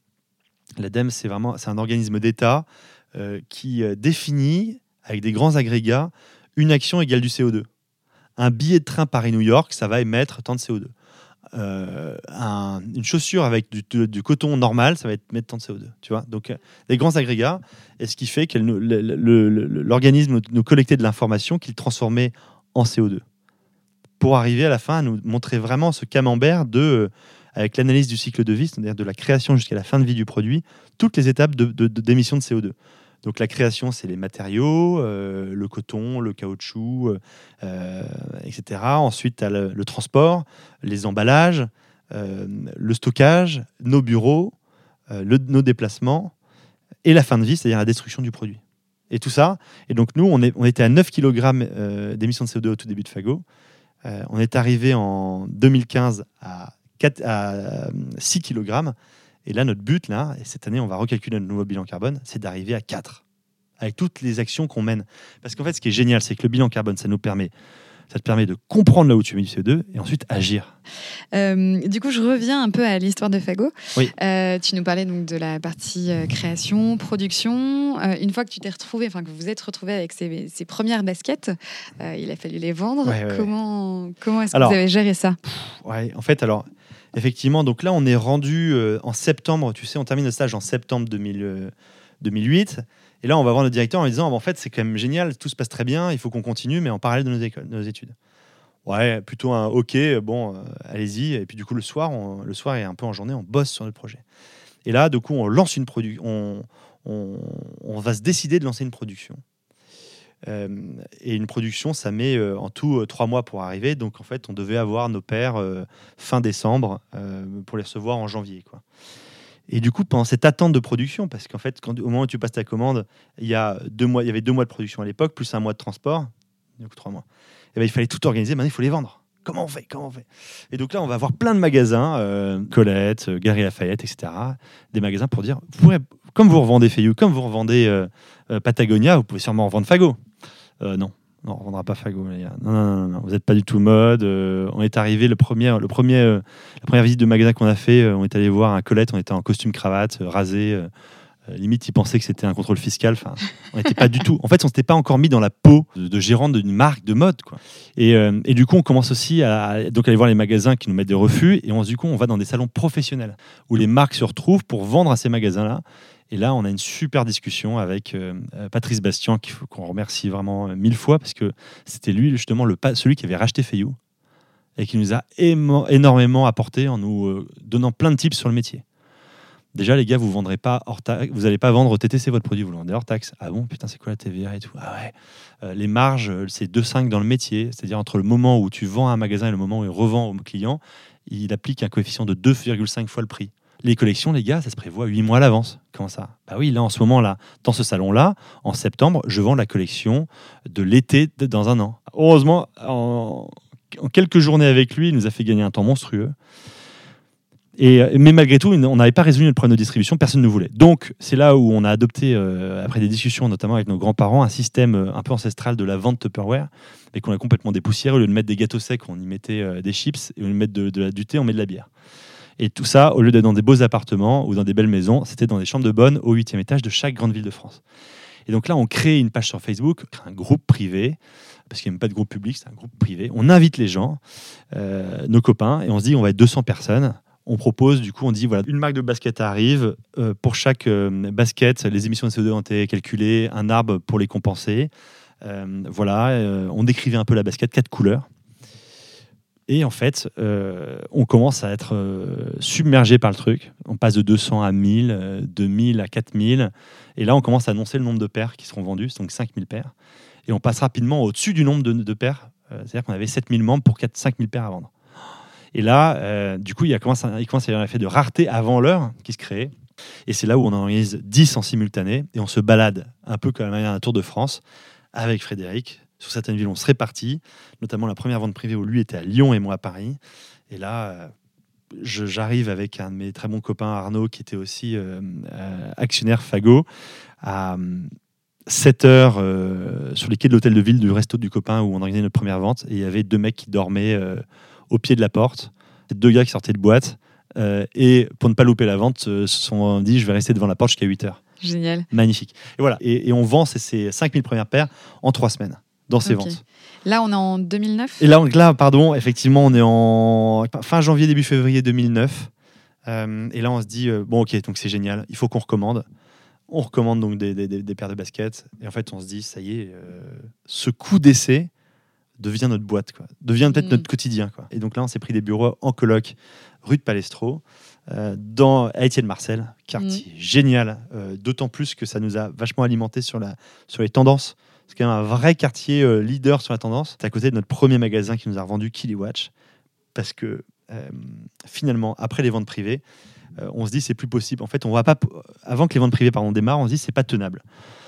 L'ADEME, c'est vraiment c'est un organisme d'État euh, qui euh, définit, avec des grands agrégats, une action égale du C O deux. Un billet de train Paris-New York, ça va émettre tant de C O deux. Euh, un, une chaussure avec du, du, du coton normal, ça va être mettre tant de C O deux. Tu vois, donc euh, des grands agrégats, et ce qui fait que le, le, le, le, l'organisme nous, nous collectait de l'information qu'il transformait en C O deux pour arriver à la fin à nous montrer vraiment ce camembert de, euh, avec l'analyse du cycle de vie, c'est-à-dire de la création jusqu'à la fin de vie du produit, toutes les étapes de, de, de, d'émission de C O deux. Donc la création, c'est les matériaux, euh, le coton, le caoutchouc, euh, et cetera. Ensuite, tu as le, le transport, les emballages, euh, le stockage, nos bureaux, euh, le, nos déplacements, et la fin de vie, c'est-à-dire la destruction du produit. Et tout ça. Et donc nous, on, est, on était à neuf kilogrammes euh, d'émissions de C O deux au tout début de Fago. Euh, on est arrivé en deux mille quinze à, quatre, à six kilogrammes. Et là, notre but, là, et cette année, on va recalculer notre nouveau bilan carbone, c'est d'arriver à quatre, avec toutes les actions qu'on mène. Parce qu'en fait, ce qui est génial, c'est que le bilan carbone, ça nous permet, ça te permet de comprendre là où tu mets du C O deux et ensuite agir. Euh, du coup, je reviens un peu à l'histoire de Fago. Oui. Euh, tu nous parlais donc de la partie euh, création, production. Euh, une fois que tu t'es retrouvé, enfin que vous êtes retrouvé avec ces, ces premières baskets, euh, il a fallu les vendre. Ouais, ouais, comment, ouais. comment est-ce que alors, vous avez géré ça ? pff, ouais, en fait, alors, effectivement, donc là, on est rendu euh, en septembre. Tu sais, on termine le stage en septembre deux mille, euh, deux mille huit. Et là, on va voir notre directeur en lui disant ah, en fait, c'est quand même génial, tout se passe très bien, il faut qu'on continue, mais en parallèle de nos, écoles, de nos études. Ouais, plutôt un OK, bon, euh, allez-y. Et puis du coup, le soir, on, le soir et un peu en journée, on bosse sur le projet. Et là, du coup, on lance une production. On, on, on va se décider de lancer une production. Euh, et une production, ça met euh, en tout euh, trois mois pour arriver. Donc, en fait, on devait avoir nos pairs euh, fin décembre euh, pour les recevoir en janvier, quoi. Et du coup, pendant cette attente de production, parce qu'en fait, quand, au moment où tu passes ta commande, il y a deux mois, il y avait deux mois de production à l'époque, plus un mois de transport, donc trois mois. Et ben, il fallait tout organiser. Maintenant, il faut les vendre. Comment on fait Comment on fait Et donc là, on va avoir plein de magasins, euh, Colette, euh, Galeries Lafayette, et cetera. Des magasins pour dire, vous pourrez, comme vous revendez Fayou, comme vous revendez euh, euh, Patagonia, vous pouvez sûrement revendre Fago. Euh, non. Non, on ne revendra pas Fago, les gars. Non, non, non, non. Vous n'êtes pas du tout mode. Euh, on est arrivé, le premier, le premier, euh, la première visite de magasin qu'on a fait, euh, on est allé voir un Colette, on était en costume cravate, euh, rasé. Euh, euh, limite, ils pensaient que c'était un contrôle fiscal. Enfin, on n'était pas du tout. En fait, on ne s'était pas encore mis dans la peau de, de gérant d'une marque de mode, quoi. Et, euh, et du coup, on commence aussi à, à donc aller voir les magasins qui nous mettent des refus. Et on, du coup, on va dans des salons professionnels où les marques se retrouvent pour vendre à ces magasins-là. Et là, on a une super discussion avec euh, Patrice Bastian, qu'il faut, qu'on remercie vraiment euh, mille fois, parce que c'était lui, justement, le, celui qui avait racheté Fayou et qui nous a émo- énormément apporté en nous euh, donnant plein de tips sur le métier. Déjà, les gars, vous vendrez pas hors taxe, vous n'allez pas vendre T T C votre produit, vous le vendez hors taxe. Ah bon, putain, c'est quoi la T V A et tout? Ah ouais. Euh, les marges, c'est deux virgule cinq dans le métier, c'est-à-dire entre le moment où tu vends à un magasin et le moment où il revend au client, il applique un coefficient de deux virgule cinq fois le prix. Les collections, les gars, ça se prévoit huit mois à l'avance. Comment ça? Bah oui, là, en ce moment-là, dans ce salon-là, en septembre, je vends la collection de l'été de, dans un an. Heureusement, en, en quelques journées avec lui, il nous a fait gagner un temps monstrueux. Et, mais malgré tout, on n'avait pas résolu notre problème de distribution, personne ne voulait. Donc, c'est là où on a adopté, euh, après des discussions, notamment avec nos grands-parents, un système un peu ancestral de la vente Tupperware, et qu'on a complètement dépoussiéré. Au lieu de mettre des gâteaux secs, on y mettait euh, des chips, et au lieu de mettre de, de, du thé, on met de la bière. Et tout ça, au lieu d'être dans des beaux appartements ou dans des belles maisons, c'était dans des chambres de bonne au huitième étage de chaque grande ville de France. Et donc là, on crée une page sur Facebook, un groupe privé, parce qu'il n'y a même pas de groupe public, c'est un groupe privé. On invite les gens, euh, nos copains, et on se dit, on va être deux cents personnes. On propose, du coup, on dit, voilà, une marque de basket arrive. Euh, pour chaque euh, basket, les émissions de C O deux ont été calculées, un arbre pour les compenser. Euh, voilà, euh, on décrivait un peu la basket, quatre couleurs. Et en fait, euh, on commence à être euh, submergé par le truc. On passe de deux cents à mille, euh, de mille à quatre mille. Et là, on commence à annoncer le nombre de paires qui seront vendues, donc cinq mille paires. Et on passe rapidement au-dessus du nombre de, de paires. Euh, c'est-à-dire qu'on avait sept mille membres pour cinq mille paires à vendre. Et là, euh, du coup, il, y a commence à, il commence à y avoir un effet de rareté avant l'heure qui se crée. Et c'est là où on en organise dix en simultané. Et on se balade un peu comme un Tour de France avec Frédéric. Sur certaines villes, on se répartit, notamment la première vente privée où lui était à Lyon et moi à Paris. Et là, je, j'arrive avec un de mes très bons copains, Arnaud, qui était aussi euh, euh, actionnaire Fago, à sept heures euh, sur les quais de l'hôtel de ville du resto du copain où on organisait notre première vente. Et il y avait deux mecs qui dormaient euh, au pied de la porte. Deux gars qui sortaient de boîte. Euh, et pour ne pas louper la vente, euh, se sont dit, je vais rester devant la porte jusqu'à huit heures. Génial. Magnifique. Et voilà. Et, et on vend ces, ces cinq mille premières paires en trois semaines. Dans ces okay. ventes. Là, on est en deux mille neuf. Et là, là, pardon, effectivement, on est en fin janvier, début février deux mille neuf. Euh, et là, on se dit, euh, bon, ok, donc c'est génial, il faut qu'on recommande. On recommande donc des, des, des paires de baskets. Et en fait, on se dit, ça y est, euh, ce coup d'essai devient notre boîte, quoi. Devient peut-être mmh. notre quotidien, quoi. Et donc là, on s'est pris des bureaux en coloc, rue de Palestro, euh, dans à Étienne Marcel, quartier mmh. génial, euh, d'autant plus que ça nous a vachement alimenté sur, la, sur les tendances. C'est quand même un vrai quartier euh, leader sur la tendance. C'est à côté de notre premier magasin qui nous a revendu Kiliwatch. Parce que euh, finalement, après les ventes privées, euh, on se dit c'est plus possible. En fait, on va pas, avant que les ventes privées pardon, démarrent, on se dit c'est pas tenable.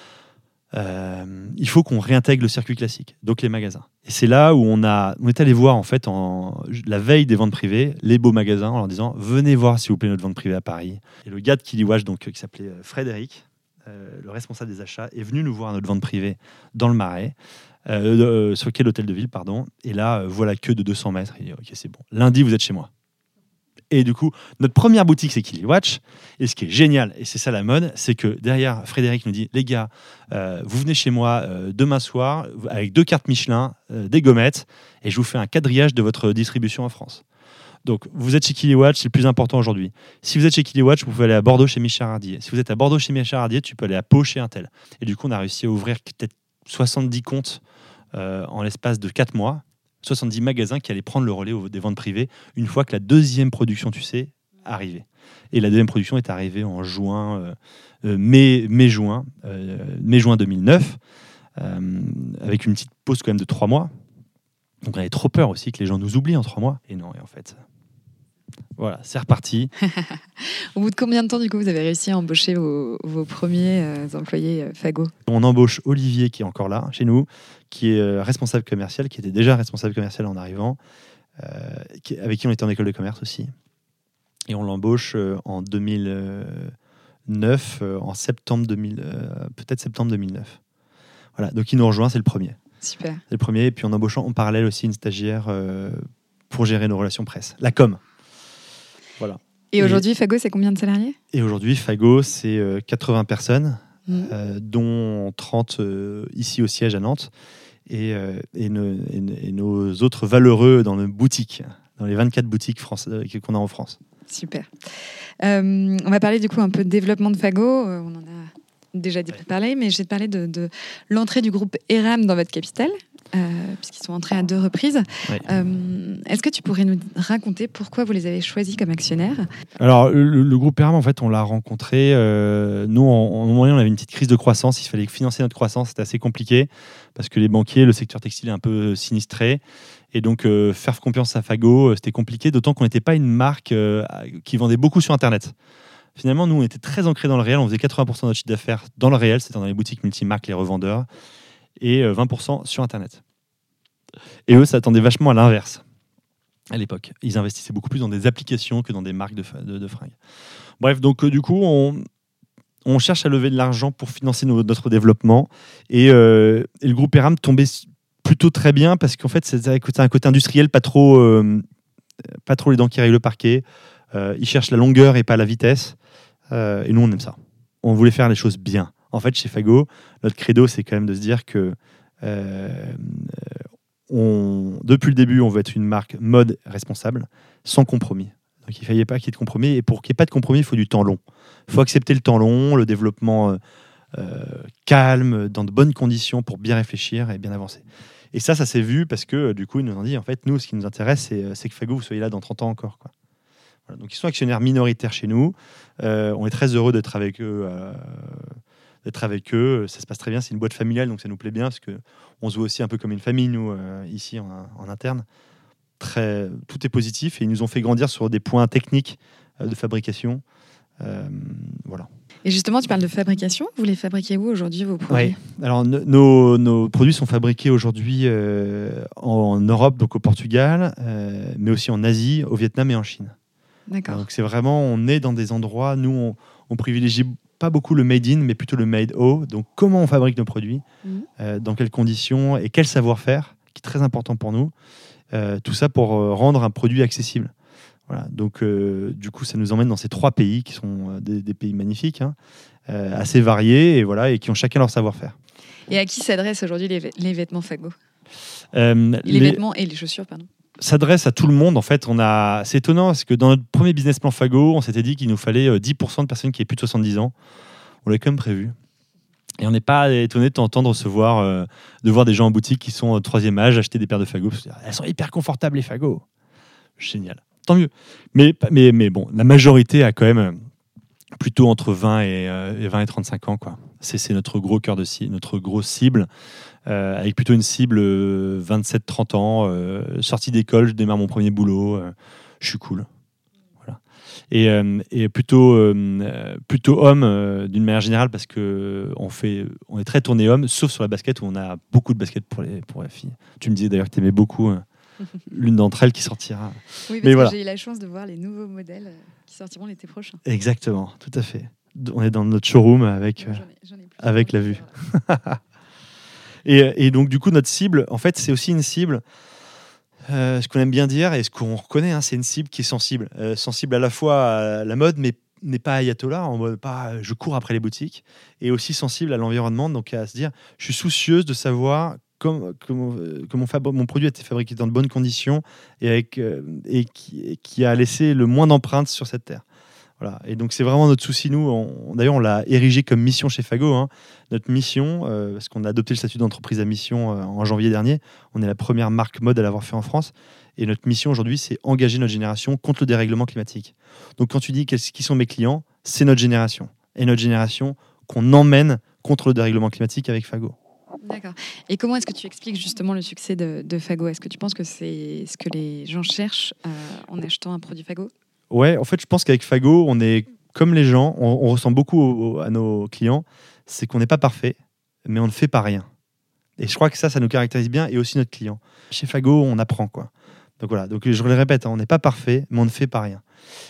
Euh, il faut qu'on réintègre le circuit classique, donc les magasins. Et c'est là où on, a, on est allé voir en fait en, la veille des ventes privées les beaux magasins en leur disant venez voir s'il vous plaît notre vente privée à Paris. Et le gars de Kiliwatch, donc qui s'appelait Frédéric, Euh, le responsable des achats, est venu nous voir à notre vente privée dans le Marais, euh, euh, sur le quai de l'hôtel de ville, pardon. Et là, euh, voilà queue de deux cents mètres. Il dit, ok, c'est bon. Lundi, vous êtes chez moi. Et du coup, notre première boutique, c'est Kiliwatch. Et ce qui est génial, et c'est ça la mode, c'est que derrière, Frédéric nous dit, les gars, euh, vous venez chez moi euh, demain soir avec deux cartes Michelin, euh, des gommettes, et je vous fais un quadrillage de votre distribution en France. Donc, vous êtes chez Kiliwatch, c'est le plus important aujourd'hui. Si vous êtes chez Kiliwatch, vous pouvez aller à Bordeaux chez Michel Hardier. Si vous êtes à Bordeaux chez Michel Hardier, tu peux aller à Pau chez Intel. Et du coup, on a réussi à ouvrir peut-être soixante-dix comptes euh, en l'espace de quatre mois. soixante-dix magasins qui allaient prendre le relais des ventes privées une fois que la deuxième production, tu sais, arrivait. Et la deuxième production est arrivée en juin, euh, euh, mai, mai-juin, euh, mai-juin deux mille neuf, euh, avec une petite pause quand même de trois mois. Donc on avait trop peur aussi que les gens nous oublient en trois mois. Et non, et en fait... Voilà, c'est reparti. Au bout de combien de temps, du coup, vous avez réussi à embaucher vos, vos premiers euh, employés euh, Fago? On embauche Olivier, qui est encore là, chez nous, qui est euh, responsable commercial, qui était déjà responsable commercial en arrivant, euh, qui, avec qui on était en école de commerce aussi. Et on l'embauche euh, en deux mille neuf, euh, en septembre deux mille, euh, peut-être septembre deux mille neuf. Voilà, donc il nous rejoint, c'est le premier. Super. C'est le premier, et puis en embauchant en parallèle aussi une stagiaire euh, pour gérer nos relations presse, la com. Voilà. Et, et aujourd'hui, Fago, c'est combien de salariés? Et aujourd'hui, Fago, c'est euh, quatre-vingts personnes, mmh. euh, dont trente euh, ici au siège à Nantes, et, euh, et, ne, et, et nos autres valeureux dans nos boutiques, dans les vingt-quatre boutiques France, euh, qu'on a en France. Super. Euh, on va parler du coup un peu de développement de Fago. Euh, on en a déjà ouais. parlé, mais je vais te parler de, de l'entrée du groupe Eram dans votre capitale. Euh, puisqu'ils sont entrés à deux reprises. Ouais. Euh, est-ce que tu pourrais nous raconter pourquoi vous les avez choisis comme actionnaires? Alors, le, le groupe Eram, en fait, on l'a rencontré. Euh, nous, en, en moyen, on avait une petite crise de croissance. Il fallait financer notre croissance. C'était assez compliqué parce que les banquiers, le secteur textile est un peu sinistré. Et donc, euh, faire confiance à Fago, c'était compliqué, d'autant qu'on n'était pas une marque euh, qui vendait beaucoup sur Internet. Finalement, nous, on était très ancrés dans le réel. On faisait quatre-vingts pour cent de notre chiffre d'affaires dans le réel, c'est-à-dire dans les boutiques multimarques, les revendeurs, et vingt pour cent sur Internet. Et eux s'attendaient vachement à l'inverse à l'époque. Ils investissaient beaucoup plus dans des applications que dans des marques de, de, de fringues. Bref, donc euh, du coup, on, on cherche à lever de l'argent pour financer nos, notre développement. Et, euh, et le groupe Eram tombait plutôt très bien parce qu'en fait, c'est un côté industriel, pas trop, euh, pas trop les dents qui règlent le parquet. Euh, ils cherchent la longueur et pas la vitesse. Euh, et nous, on aime ça. On voulait faire les choses bien. En fait, chez Fago, notre credo, c'est quand même de se dire que euh, on, depuis le début, on veut être une marque mode responsable, sans compromis. Donc, il ne fallait pas qu'il y ait de compromis. Et pour qu'il n'y ait pas de compromis, il faut du temps long. Il faut accepter le temps long, le développement euh, calme, dans de bonnes conditions pour bien réfléchir et bien avancer. Et ça, ça s'est vu parce que, du coup, ils nous ont dit, en fait, nous, ce qui nous intéresse, c'est, c'est que Fago, vous soyez là dans trente ans encore, quoi. Voilà, donc, ils sont actionnaires minoritaires chez nous. Euh, on est très heureux d'être avec eux. Euh, d'être avec eux, ça se passe très bien. C'est une boîte familiale, donc ça nous plaît bien parce qu'on se voit aussi un peu comme une famille, nous, euh, ici, en, en interne. Très, tout est positif et ils nous ont fait grandir sur des points techniques euh, de fabrication. Euh, voilà. Et justement, tu parles de fabrication. Vous les fabriquez où aujourd'hui, vos produits? Oui. Alors, no, nos, nos produits sont fabriqués aujourd'hui euh, en Europe, donc au Portugal, euh, mais aussi en Asie, au Vietnam et en Chine. D'accord. Donc, c'est vraiment, on est dans des endroits, nous, on, on privilégie pas beaucoup le made in, mais plutôt le made au. Donc, comment on fabrique nos produits, mmh. euh, dans quelles conditions et quel savoir-faire, qui est très important pour nous. Euh, tout ça pour euh, rendre un produit accessible. Voilà. Donc, euh, du coup, ça nous emmène dans ces trois pays qui sont euh, des, des pays magnifiques, hein, euh, assez variés et, voilà, et qui ont chacun leur savoir-faire. Et à qui s'adressent aujourd'hui les, les vêtements Fago? euh, Les, les vêtements et les chaussures, pardon. S'adresse à tout le monde. En fait, on a... c'est étonnant parce que dans notre premier business plan Fago, on s'était dit qu'il nous fallait dix pour cent de personnes qui avaient plus de soixante-dix ans. On l'avait quand même prévu. Et on n'est pas étonné de t'entendre recevoir, euh, de voir des gens en boutique qui sont au troisième âge acheter des paires de Fago. Elles sont hyper confortables, les Fago. Génial. Tant mieux. Mais, mais, mais bon, la majorité a quand même plutôt entre vingt et, euh, et vingt et trente-cinq ans, quoi. C'est, c'est notre gros cœur de cible, notre grosse cible, euh, avec plutôt une cible euh, vingt-sept trente ans, euh, sortie d'école, je démarre mon premier boulot, euh, je suis cool. Voilà. Et, euh, et plutôt, euh, plutôt homme euh, d'une manière générale, parce qu'on fait, on est très tourné homme, sauf sur la basket où on a beaucoup de baskets pour les, pour les filles. Tu me disais d'ailleurs que tu aimais beaucoup euh, l'une d'entre elles qui sortira. Oui, parce Mais que voilà. J'ai eu la chance de voir les nouveaux modèles qui sortiront l'été prochain. Exactement, tout à fait. On est dans notre showroom avec, euh, j'en ai, j'en ai avec la vue. et, et donc, du coup, notre cible, en fait, c'est aussi une cible, euh, ce qu'on aime bien dire et ce qu'on reconnaît, hein, c'est une cible qui est sensible. Euh, sensible à la fois à la mode, mais n'est pas ayatollah, en mode pas je cours après les boutiques, et aussi sensible à l'environnement, donc à se dire, je suis soucieuse de savoir comment, comment, comment fab- mon produit a été fabriqué dans de bonnes conditions et, avec, euh, et, qui, et qui a laissé le moins d'empreintes sur cette terre. Voilà. Et donc, c'est vraiment notre souci, nous. On, d'ailleurs, on l'a érigé comme mission chez Fago. Hein. Notre mission, euh, parce qu'on a adopté le statut d'entreprise à mission euh, en janvier dernier, on est la première marque mode à l'avoir fait en France. Et notre mission aujourd'hui, c'est engager notre génération contre le dérèglement climatique. Donc, quand tu dis qui sont mes clients, c'est notre génération. Et notre génération qu'on emmène contre le dérèglement climatique avec Fago. D'accord. Et comment est-ce que tu expliques justement le succès de, de Fago ? Est-ce que tu penses que c'est ce que les gens cherchent euh, en achetant un produit Fago ? Ouais, en fait, je pense qu'avec Fago, on est comme les gens, on, on ressemble beaucoup au, au, à nos clients, c'est qu'on n'est pas parfait, mais on ne fait pas rien. Et je crois que ça, ça nous caractérise bien, et aussi notre client. Chez Fago, on apprend, quoi. Donc voilà, donc je le répète, hein, on n'est pas parfait, mais on ne fait pas rien.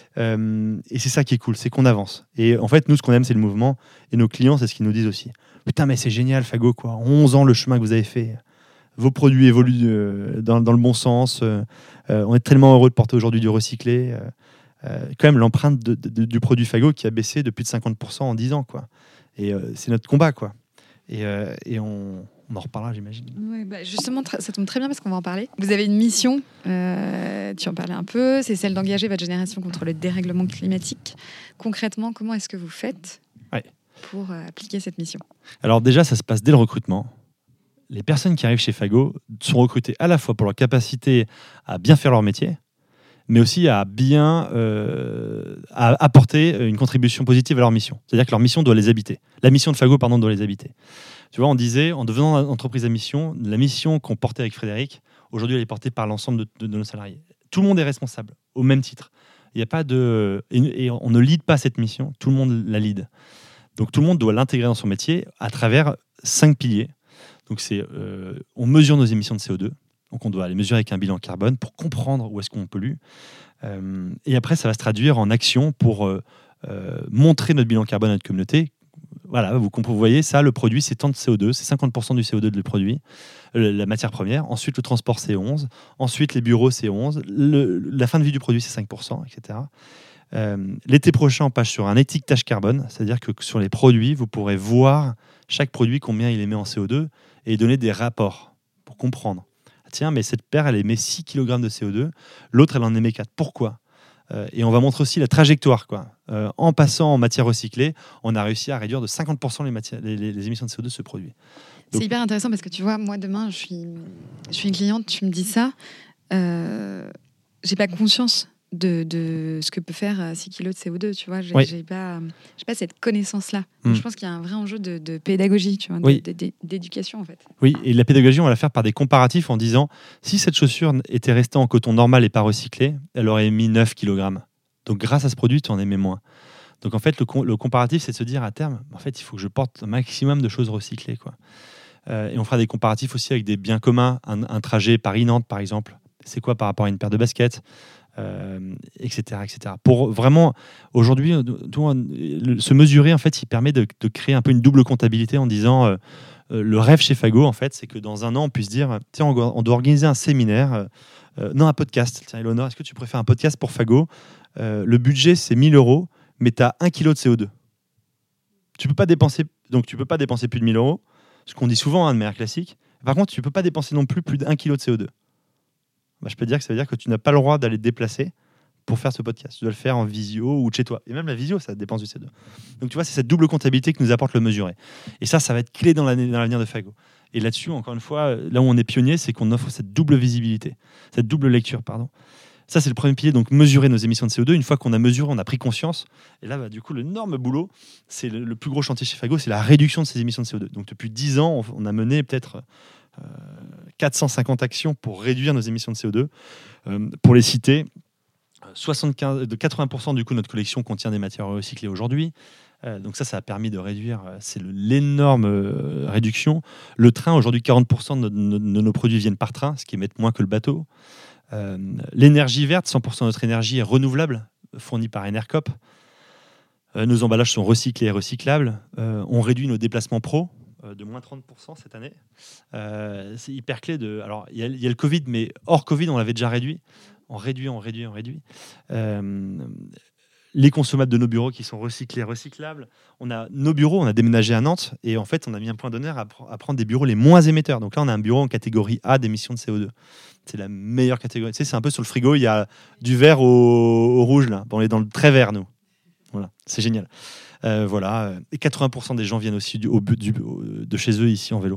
Euh, et c'est ça qui est cool, c'est qu'on avance. Et en fait, nous, ce qu'on aime, c'est le mouvement, et nos clients, c'est ce qu'ils nous disent aussi. Putain, mais c'est génial, Fago, quoi. onze ans, le chemin que vous avez fait. Vos produits évoluent euh, dans, dans le bon sens. Euh, euh, on est tellement heureux de porter aujourd'hui du recyclé. Euh, euh, quand même, l'empreinte de, de, du produit Fago qui a baissé de plus de cinquante pour cent en dix ans, quoi. Et euh, c'est notre combat, quoi. Et, euh, et on, on en reparlera, j'imagine. Ouais, bah justement, ça tombe très bien parce qu'on va en parler. Vous avez une mission, euh, tu en parlais un peu, c'est celle d'engager votre génération contre le dérèglement climatique. Concrètement, comment est-ce que vous faites ouais. pour euh, appliquer cette mission ? Alors déjà, ça se passe dès le recrutement. Les personnes qui arrivent chez Fago sont recrutées à la fois pour leur capacité à bien faire leur métier, mais aussi à bien euh, à apporter une contribution positive à leur mission. C'est-à-dire que leur mission doit les habiter. La mission de Fago, pardon, doit les habiter. Tu vois, on disait, en devenant une entreprise à mission, la mission qu'on portait avec Frédéric, aujourd'hui, elle est portée par l'ensemble de, de, de nos salariés. Tout le monde est responsable, au même titre. Il y a pas de... Et, et on ne lead pas cette mission, tout le monde la lead. Donc tout le monde doit l'intégrer dans son métier à travers cinq piliers. Donc c'est, euh, on mesure nos émissions de C O deux. Donc on doit les mesurer avec un bilan carbone pour comprendre où est-ce qu'on pollue. Euh, et après, ça va se traduire en action pour euh, euh, montrer notre bilan carbone à notre communauté. Voilà, vous, vous voyez ça, le produit, c'est tant de C O deux, c'est cinquante pour cent du C O deux de le produit, euh, la matière première. Ensuite, le transport, c'est onze. Ensuite, les bureaux, c'est onze. Le, la fin de vie du produit, c'est cinq pour cent, et cetera. Euh, l'été prochain, on passe sur un étiquetage carbone, c'est-à-dire que sur les produits, vous pourrez voir chaque produit combien il émet en C O deux et donner des rapports pour comprendre. Tiens, mais cette paire, elle émet six kilogrammes de C O deux, l'autre, elle en émet quatre. Pourquoi ? euh, Et on va montrer aussi la trajectoire, quoi. Euh, en passant en matière recyclée, on a réussi à réduire de cinquante pour cent les, matières, les, les, les émissions de C O deux de ce produit. Donc, c'est hyper intéressant parce que tu vois, moi, demain, je suis, je suis une cliente, tu me dis ça, euh, j'ai pas conscience de, de ce que peut faire six kilos de C O deux, tu vois. J'ai, oui. j'ai, pas, j'ai pas cette connaissance-là. Mmh. Je pense qu'il y a un vrai enjeu de, de pédagogie, tu vois, de, oui. de, de, d'éducation, en fait. Oui, et la pédagogie, on va la faire par des comparatifs en disant, si cette chaussure était restée en coton normal et pas recyclée, elle aurait émis neuf kilogrammes. Donc grâce à ce produit, tu en émets moins. Donc en fait, le, le comparatif, c'est de se dire à terme, en fait, il faut que je porte un maximum de choses recyclées, quoi. Euh, et on fera des comparatifs aussi avec des biens communs, un, un trajet Paris-Nantes, par exemple. C'est quoi par rapport à une paire de baskets ? Euh, et cetera, et cetera. Pour vraiment, aujourd'hui, se mesurer, en fait, il permet de, de créer un peu une double comptabilité en disant, euh, euh, le rêve chez Fago, en fait, c'est que dans un an, on puisse dire, tiens, on, on doit organiser un séminaire, euh, non, un podcast. Tiens, Eleonore, est-ce que tu pourrais faire un podcast pour Fago ? euh, Le budget, c'est mille euros, mais tu as un kilo de C O deux. Tu peux pas dépenser, donc tu peux pas dépenser plus de mille euros, ce qu'on dit souvent, hein, de manière classique. Par contre, tu peux pas dépenser non plus plus d'un kilo de C O deux. Bah, je peux te dire que ça veut dire que tu n'as pas le droit d'aller te déplacer pour faire ce podcast. Tu dois le faire en visio ou de chez toi. Et même la visio, ça dépense du C O deux. Donc tu vois, c'est cette double comptabilité que nous apporte le mesurer. Et ça, ça va être clé dans l'avenir de Fago. Et là-dessus, encore une fois, là où on est pionnier, c'est qu'on offre cette double visibilité, cette double lecture, pardon. Ça, c'est le premier pilier, donc mesurer nos émissions de C O deux. Une fois qu'on a mesuré, on a pris conscience. Et là, bah, du coup, l'énorme boulot, c'est le, le plus gros chantier chez Fago, c'est la réduction de ces émissions de C O deux. Donc depuis dix ans, on, on a mené peut-être euh, quatre cent cinquante actions pour réduire nos émissions de C O deux. Euh, pour les citer, soixante-quinze, de quatre-vingts pour cent du coup, notre collection contient des matières recyclées aujourd'hui. Euh, donc ça, ça a permis de réduire, euh, c'est le, l'énorme euh, réduction. Le train, aujourd'hui, quarante pour cent de, de, de nos produits viennent par train, ce qui émet moins que le bateau. Euh, l'énergie verte, cent pour cent de notre énergie est renouvelable, fournie par Enercop. Euh, nos emballages sont recyclés et recyclables. Euh, on réduit nos déplacements pro euh, de moins trente pour cent cette année. Euh, c'est hyper clé. De, alors, il y, y a le Covid, mais hors Covid, on l'avait déjà réduit. On réduit, on réduit, on réduit. Euh, les consommables de nos bureaux qui sont recyclés, recyclables. On a nos bureaux, on a déménagé à Nantes et en fait, on a mis un point d'honneur à, pr- à prendre des bureaux les moins émetteurs. Donc là, on a un bureau en catégorie A d'émissions de C O deux. C'est la meilleure catégorie. Tu sais, c'est un peu sur le frigo, il y a du vert au, au rouge là. Bon, on est dans le très vert, nous. Voilà, c'est génial. Euh, voilà. Et quatre-vingts pour cent des gens viennent aussi du, au, du, de chez eux ici en vélo.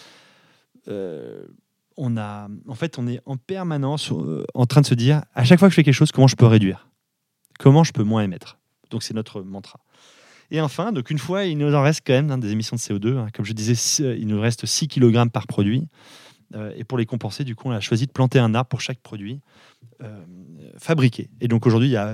Euh, on a, en fait, on est en permanence euh, en train de se dire, à chaque fois que je fais quelque chose, comment je peux réduire ? Comment je peux moins émettre ? Donc c'est notre mantra. Et enfin, donc une fois, il nous en reste quand même hein, des émissions de C O deux. Hein. Comme je disais, il nous reste six kilogrammes par produit. Euh, et pour les compenser, du coup, on a choisi de planter un arbre pour chaque produit euh, fabriqué. Et donc aujourd'hui, il y a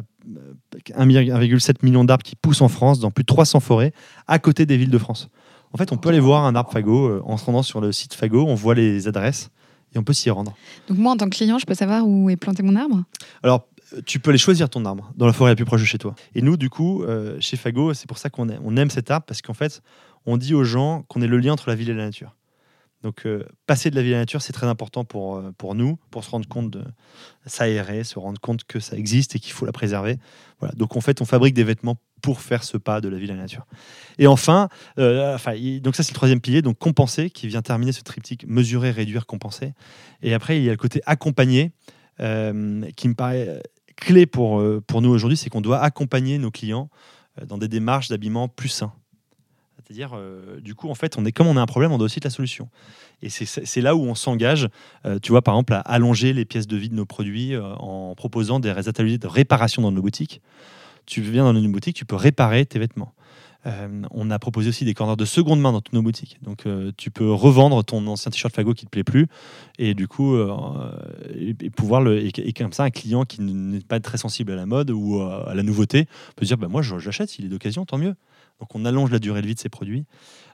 un virgule sept million d'arbres qui poussent en France, dans plus de trois cents forêts, à côté des villes de France. En fait, on peut aller voir un arbre Fago euh, en se rendant sur le site Fago, on voit les adresses et on peut s'y rendre. Donc moi, en tant que client, je peux savoir où est planté mon arbre ? Alors, tu peux aller choisir ton arbre dans la forêt la plus proche de chez toi. Et nous, du coup, euh, chez Fago, c'est pour ça qu'on aime, on aime cet arbre, parce qu'en fait, on dit aux gens qu'on est le lien entre la ville et la nature. Donc, euh, passer de la ville à la nature, c'est très important pour, euh, pour nous, pour se rendre compte de s'aérer, se rendre compte que ça existe et qu'il faut la préserver. Voilà. Donc, en fait, on fabrique des vêtements pour faire ce pas de la ville à la nature. Et enfin, euh, enfin donc ça, c'est le troisième pilier, donc compenser, qui vient terminer ce triptyque mesurer, réduire, compenser. Et après, il y a le côté accompagner, euh, qui me paraît clé pour, euh, pour nous aujourd'hui, c'est qu'on doit accompagner nos clients euh, dans des démarches d'habillement plus sains. C'est-à-dire, euh, du coup, en fait, on est, comme on a un problème, on doit aussi être la solution. Et c'est, c'est là où on s'engage, euh, tu vois, par exemple, à allonger les pièces de vie de nos produits euh, en proposant des ateliers de réparation dans nos boutiques. Tu viens dans une boutique, tu peux réparer tes vêtements. Euh, on a proposé aussi des corners de seconde main dans toutes nos boutiques. Donc, euh, tu peux revendre ton ancien t-shirt Fago qui ne te plaît plus et du coup, euh, et, et pouvoir le, et, et comme ça, un client qui n'est pas très sensible à la mode ou à, à la nouveauté peut se dire bah, moi, je, j'achète, s'il est d'occasion, tant mieux. Donc, on allonge la durée de vie de ces produits.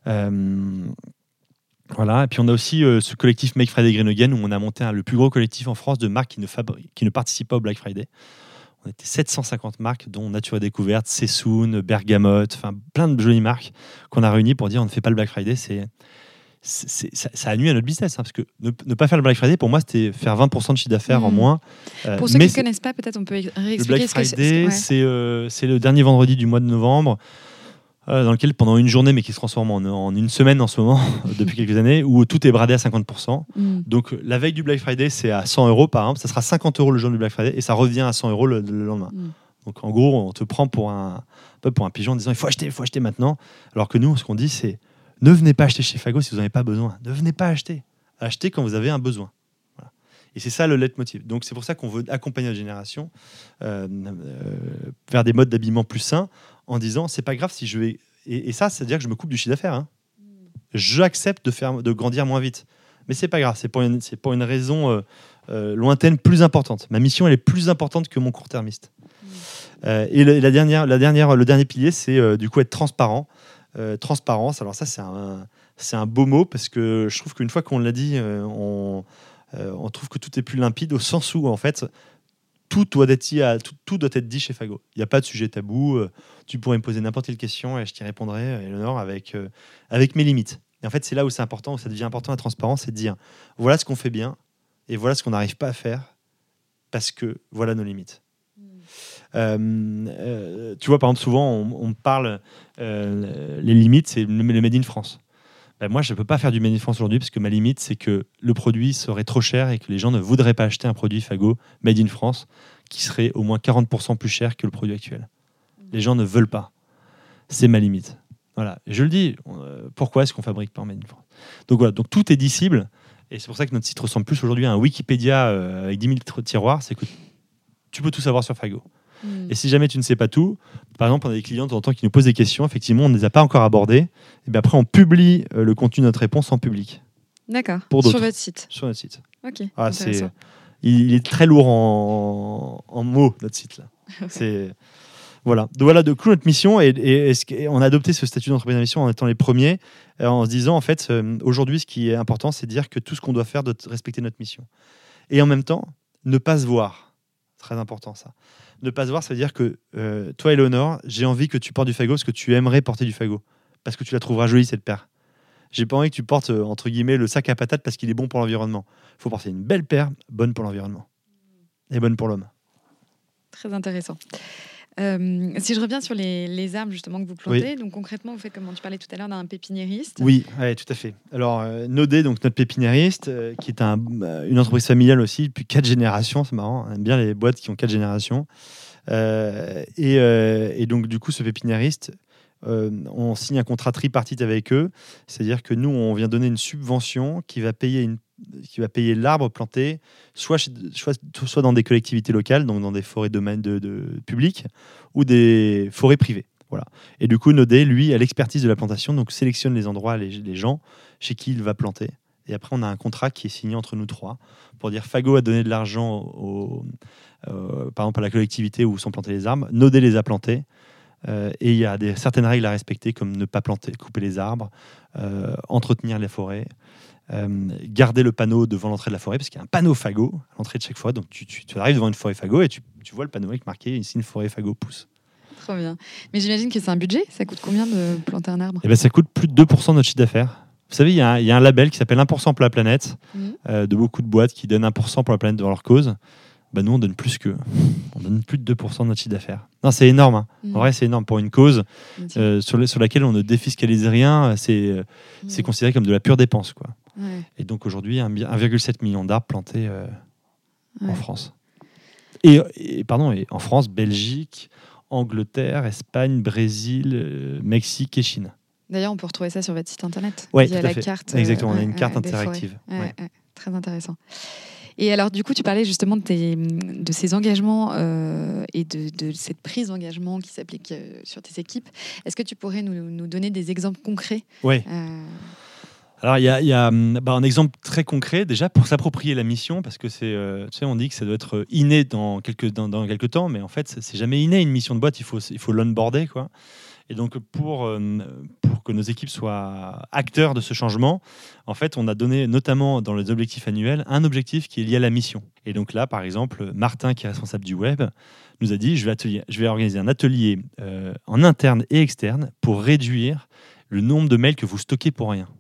Euh, voilà. Et puis, on a aussi euh, ce collectif Make Friday Green Again où on a monté un, le plus gros collectif en France de marques qui ne, fabri- qui ne participent pas au Black Friday. On était sept cent cinquante marques, dont Nature et Découverte, Sessoun, Bergamote, enfin plein de jolies marques qu'on a réunies pour dire on ne fait pas le Black Friday. C'est, c'est, c'est, ça, ça a nuit à notre business. Hein, parce que ne, ne pas faire le Black Friday, pour moi, c'était faire vingt pour cent de chiffre d'affaires mmh. en moins. Euh, pour ceux qui ne connaissent pas, peut-être on peut réexpliquer le Black ce que Friday, c'est. Ouais. C'est, euh, c'est le dernier vendredi du mois de novembre. Euh, dans lequel pendant une journée, mais qui se transforme en, en une semaine en ce moment, depuis quelques années, où tout est bradé à cinquante pour cent. Mm. Donc la veille du Black Friday, c'est à cent euros par exemple, ça sera cinquante euros le jour du Black Friday et ça revient à cent euros le, le lendemain. Mm. Donc en gros, on te prend pour un, un peu pour un pigeon en disant il faut acheter, il faut acheter maintenant. Alors que nous, ce qu'on dit, c'est ne venez pas acheter chez Fago si vous n'en avez pas besoin. Ne venez pas acheter. Achetez quand vous avez un besoin. Voilà. Et c'est ça le leitmotiv. Donc c'est pour ça qu'on veut accompagner la génération euh, euh, vers des modes d'habillement plus sains en disant c'est pas grave si je vais. Et, et ça, c'est-à-dire que je me coupe du chiffre d'affaires. Hein. Mm. J'accepte de, faire, de grandir moins vite. Mais c'est pas grave, c'est pour une, c'est pour une raison euh, euh, lointaine plus importante. Ma mission, elle est plus importante que mon court-termiste. Mm. Euh, et le, la dernière, la dernière, le dernier pilier, c'est euh, du coup être transparent. Euh, transparence, alors ça, c'est un, c'est un beau mot parce que je trouve qu'une fois qu'on l'a dit, euh, on, euh, on trouve que tout est plus limpide au sens où, en fait, Tout doit, être, tout, tout doit être dit chez Fago. Il n'y a pas de sujet tabou. Euh, tu pourrais me poser n'importe quelle question et je t'y répondrai, Eleonore, avec, euh, avec mes limites. Et en fait, c'est là où c'est important, où ça devient important la transparence, c'est de dire voilà ce qu'on fait bien et voilà ce qu'on n'arrive pas à faire parce que voilà nos limites. Mmh. Euh, euh, tu vois, par exemple, souvent, on, on parle euh, les limites, c'est le, le Made in France. Ben moi, je ne peux pas faire du Made in France aujourd'hui parce que ma limite, c'est que le produit serait trop cher et que les gens ne voudraient pas acheter un produit Fago Made in France qui serait au moins quarante pour cent plus cher que le produit actuel. Les gens ne veulent pas. C'est ma limite. Voilà. Et je le dis, euh, pourquoi est-ce qu'on fabrique pas en Made in France ? Donc voilà, donc tout est dissible et c'est pour ça que notre site ressemble plus aujourd'hui à un Wikipédia euh, avec dix mille tiroirs, c'est que tu peux tout savoir sur Fago. Mmh. Et si jamais tu ne sais pas tout, par exemple, on a des clients de temps en temps qui nous posent des questions, effectivement, on ne les a pas encore abordées, et bien après, on publie euh, le contenu de notre réponse en public. D'accord, pour sur votre site. Sur notre site. Ok, ah, c'est, il, il est très lourd en, en mots, notre site. Là. c'est, voilà. Donc, voilà, de coup, notre mission, et, et, et, et on a adopté ce statut d'entreprise à mission en étant les premiers, en se disant, en fait, euh, aujourd'hui, ce qui est important, c'est de dire que tout ce qu'on doit faire doit respecter notre mission. Et en même temps, ne pas se voir. Très important, ça. Ne pas se voir, ça veut dire que euh, toi, Eleonore, j'ai envie que tu portes du Fago parce que tu aimerais porter du Fago. Parce que tu la trouveras jolie, cette paire. J'ai pas envie que tu portes, euh, entre guillemets, le sac à patates parce qu'il est bon pour l'environnement. Il faut porter une belle paire, bonne pour l'environnement. Et bonne pour l'homme. Très intéressant. Euh, si je reviens sur les, les arbres justement que vous plantez, oui. Donc concrètement, vous faites comment tu parlais tout à l'heure d'un pépiniériste. Oui, ouais, tout à fait. Alors, euh, Nodé, donc notre pépiniériste, euh, qui est un, euh, une entreprise familiale aussi depuis quatre générations, c'est marrant, on aime bien les boîtes qui ont quatre générations. Euh, et, euh, et donc, du coup, ce pépiniériste, euh, on signe un contrat tripartite avec eux, c'est-à-dire que nous, on vient donner une subvention qui va payer une qui va payer l'arbre planté, soit, chez, soit, soit dans des collectivités locales, donc dans des forêts domaines de, de publiques, ou des forêts privées. Voilà. Et du coup, Nodé, lui, a l'expertise de la plantation, donc sélectionne les endroits, les, les gens chez qui il va planter. Et après, on a un contrat qui est signé entre nous trois pour dire Fago a donné de l'argent, au, euh, par exemple, à la collectivité où sont plantés les arbres. Nodé les a plantés. Euh, et il y a des, certaines règles à respecter, comme ne pas planter, couper les arbres, euh, entretenir les forêts, euh, garder le panneau devant l'entrée de la forêt, parce qu'il y a un panneau Fago à l'entrée de chaque fois. Donc tu, tu, tu arrives devant une forêt Fago et tu, tu vois le panneau avec marqué ici une forêt Fago pousse. Trop bien. Mais j'imagine que c'est un budget. Ça coûte combien de planter un arbre ? Et ben, ça coûte plus de deux pour cent de notre chiffre d'affaires. Vous savez, il y, y a un label qui s'appelle un pour cent pour la planète, mmh. euh, de beaucoup de boîtes qui donnent un pour cent pour la planète dans leur cause. Ben, nous, on donne plus que. On donne plus de deux pour cent de notre chiffre d'affaires. Non, c'est énorme. Hein. Mmh. En vrai, c'est énorme pour une cause euh, sur, le, sur laquelle on ne défiscalise rien. C'est, euh, mmh. c'est considéré comme de la pure dépense, quoi. Ouais. Et donc, aujourd'hui, un virgule sept million d'arbres plantés euh, ouais. en France. Et, et, pardon, et en France, Belgique, Angleterre, Espagne, Brésil, euh, Mexique et Chine. D'ailleurs, on peut retrouver ça sur votre site internet. Oui, via tout à la fait. carte. Exactement, euh, on a une carte euh, interactive. Ouais, ouais. Ouais, très intéressant. Et alors, du coup, tu parlais justement de, tes, de ces engagements euh, et de, de cette prise d'engagement qui s'applique euh, sur tes équipes. Est-ce que tu pourrais nous, nous donner des exemples concrets ? Oui. euh... Alors, il y a, y a bah, un exemple très concret, déjà, pour s'approprier la mission, parce que c'est, euh, tu sais, on dit que ça doit être inné dans quelques, dans, dans quelques temps, mais en fait, c'est, c'est jamais inné, une mission de boîte, il faut, il faut l'onboarder, quoi. Et donc, pour, euh, pour que nos équipes soient acteurs de ce changement, en fait, on a donné, notamment dans les objectifs annuels, un objectif qui est lié à la mission. Et donc là, par exemple, Martin, qui est responsable du web, nous a dit, je vais, atelier, je vais organiser un atelier euh, en interne et externe pour réduire le nombre de mails que vous stockez pour rien.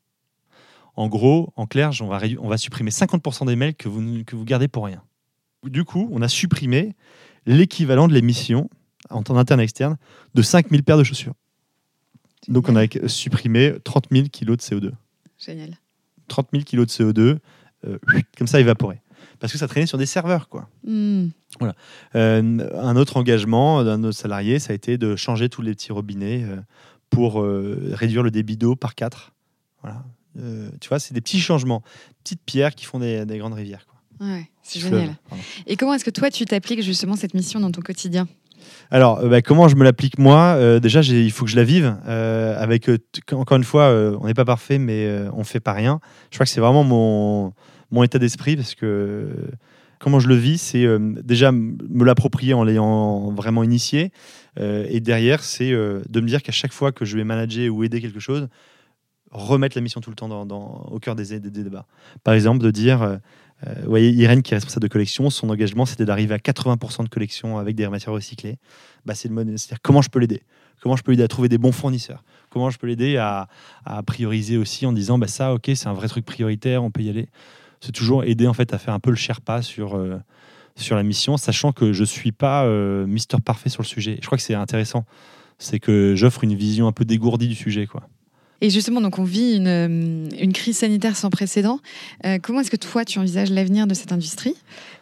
En gros, en clair, on va, rédu- on va supprimer cinquante pour cent des mails que vous, que vous gardez pour rien. Du coup, on a supprimé l'équivalent de l'émission en temps interne et externe, de cinq mille paires de chaussures. Génial. Donc, on a supprimé trente mille kilos de C O deux. Génial. trente mille kilos de C O deux, euh, comme ça, évaporé. Parce que ça traînait sur des serveurs, quoi. Mm. Voilà. Euh, un autre engagement d'un autre salarié, ça a été de changer tous les petits robinets euh, pour euh, réduire le débit d'eau par quatre. Voilà. Euh, tu vois, c'est des petits changements, petites pierres qui font des, des grandes rivières, quoi. Ouais, c'est génial. Fleuves, et comment est-ce que toi, tu t'appliques justement cette mission dans ton quotidien ? Alors, euh, bah, comment je me l'applique moi ? euh, Déjà, j'ai, il faut que je la vive. Euh, avec, euh, t- encore une fois, euh, on n'est pas parfait, mais euh, on ne fait pas rien. Je crois que c'est vraiment mon, mon état d'esprit, parce que euh, comment je le vis, c'est euh, déjà me l'approprier en l'ayant vraiment initié. Euh, et derrière, c'est euh, de me dire qu'à chaque fois que je vais manager ou aider quelque chose, remettre la mission tout le temps dans, dans, au cœur des, des, des débats. Par exemple, de dire... Euh, Euh, vous voyez, Irène, qui est responsable de collection, son engagement, c'était d'arriver à quatre-vingts pour cent de collection avec des matières recyclées. Bah, c'est le mode, c'est-à-dire comment je peux l'aider ? Comment je peux l'aider à trouver des bons fournisseurs ? Comment je peux l'aider à, à prioriser aussi en disant bah, ça, ok, c'est un vrai truc prioritaire, on peut y aller. C'est toujours aider en fait à faire un peu le Sherpa sur, euh, sur la mission, sachant que je ne suis pas euh, Mister Parfait sur le sujet. Je crois que c'est intéressant. C'est que j'offre une vision un peu dégourdie du sujet, quoi. Et justement, donc on vit une, une crise sanitaire sans précédent. Euh, comment est-ce que toi, tu envisages l'avenir de cette industrie ?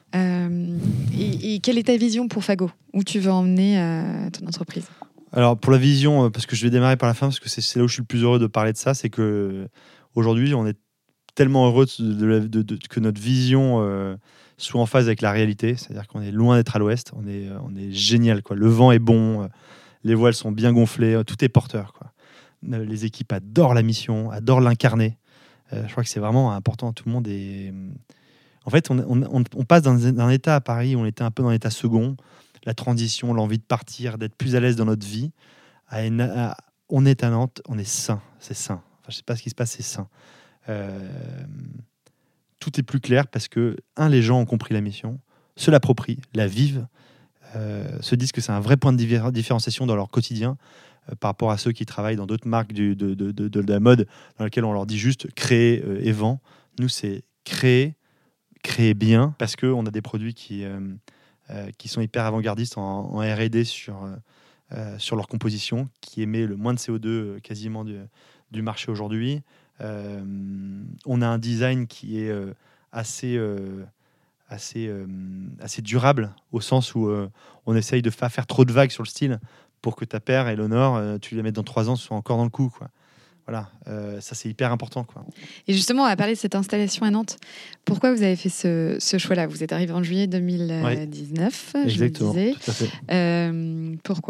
euh, et, et quelle est ta vision pour Fago ? Où tu veux emmener euh, ton entreprise ? Alors, pour la vision, parce que je vais démarrer par la fin, parce que c'est, c'est là où je suis le plus heureux de parler de ça, c'est qu'aujourd'hui, on est tellement heureux de, de, de, de, que notre vision euh, soit en phase avec la réalité. C'est-à-dire qu'on est loin d'être à l'ouest. On est, on est génial, quoi. Le vent est bon, les voiles sont bien gonflées, tout est porteur, quoi. Les équipes adorent la mission, adorent l'incarner. Euh, je crois que c'est vraiment important. Tout le monde est... En fait, on, on, on passe d'un, d'un état à Paris où on était un peu dans l'état second, la transition, l'envie de partir, d'être plus à l'aise dans notre vie. À une, à, on est à Nantes, on est sain. C'est sain. Enfin, je ne sais pas ce qui se passe, c'est sain. Euh, tout est plus clair parce que, un, les gens ont compris la mission, se l'approprient, la vivent, euh, se disent que c'est un vrai point de diffé- différenciation dans leur quotidien, par rapport à ceux qui travaillent dans d'autres marques du, de, de, de, de la mode, dans lesquelles on leur dit juste créer euh, et vend. Nous, c'est créer, créer bien, parce qu'on a des produits qui, euh, euh, qui sont hyper avant-gardistes en, en R et D sur, euh, sur leur composition, qui émet le moins de C O deux quasiment du, du marché aujourd'hui. Euh, on a un design qui est euh, assez... Euh, assez, euh, assez durable, au sens où euh, on essaye de ne pas faire trop de vagues sur le style, pour que ta paire, Eleonore, euh, tu les mettes dans trois ans, soient encore dans le coup, quoi. Voilà, euh, ça c'est hyper important, quoi. Et justement, on va parler de cette installation à Nantes. Pourquoi vous avez fait ce, ce choix-là ? Vous êtes arrivé en juillet deux mille dix-neuf, oui. je Exactement, me disais. tout à fait. Euh, pourquoi ?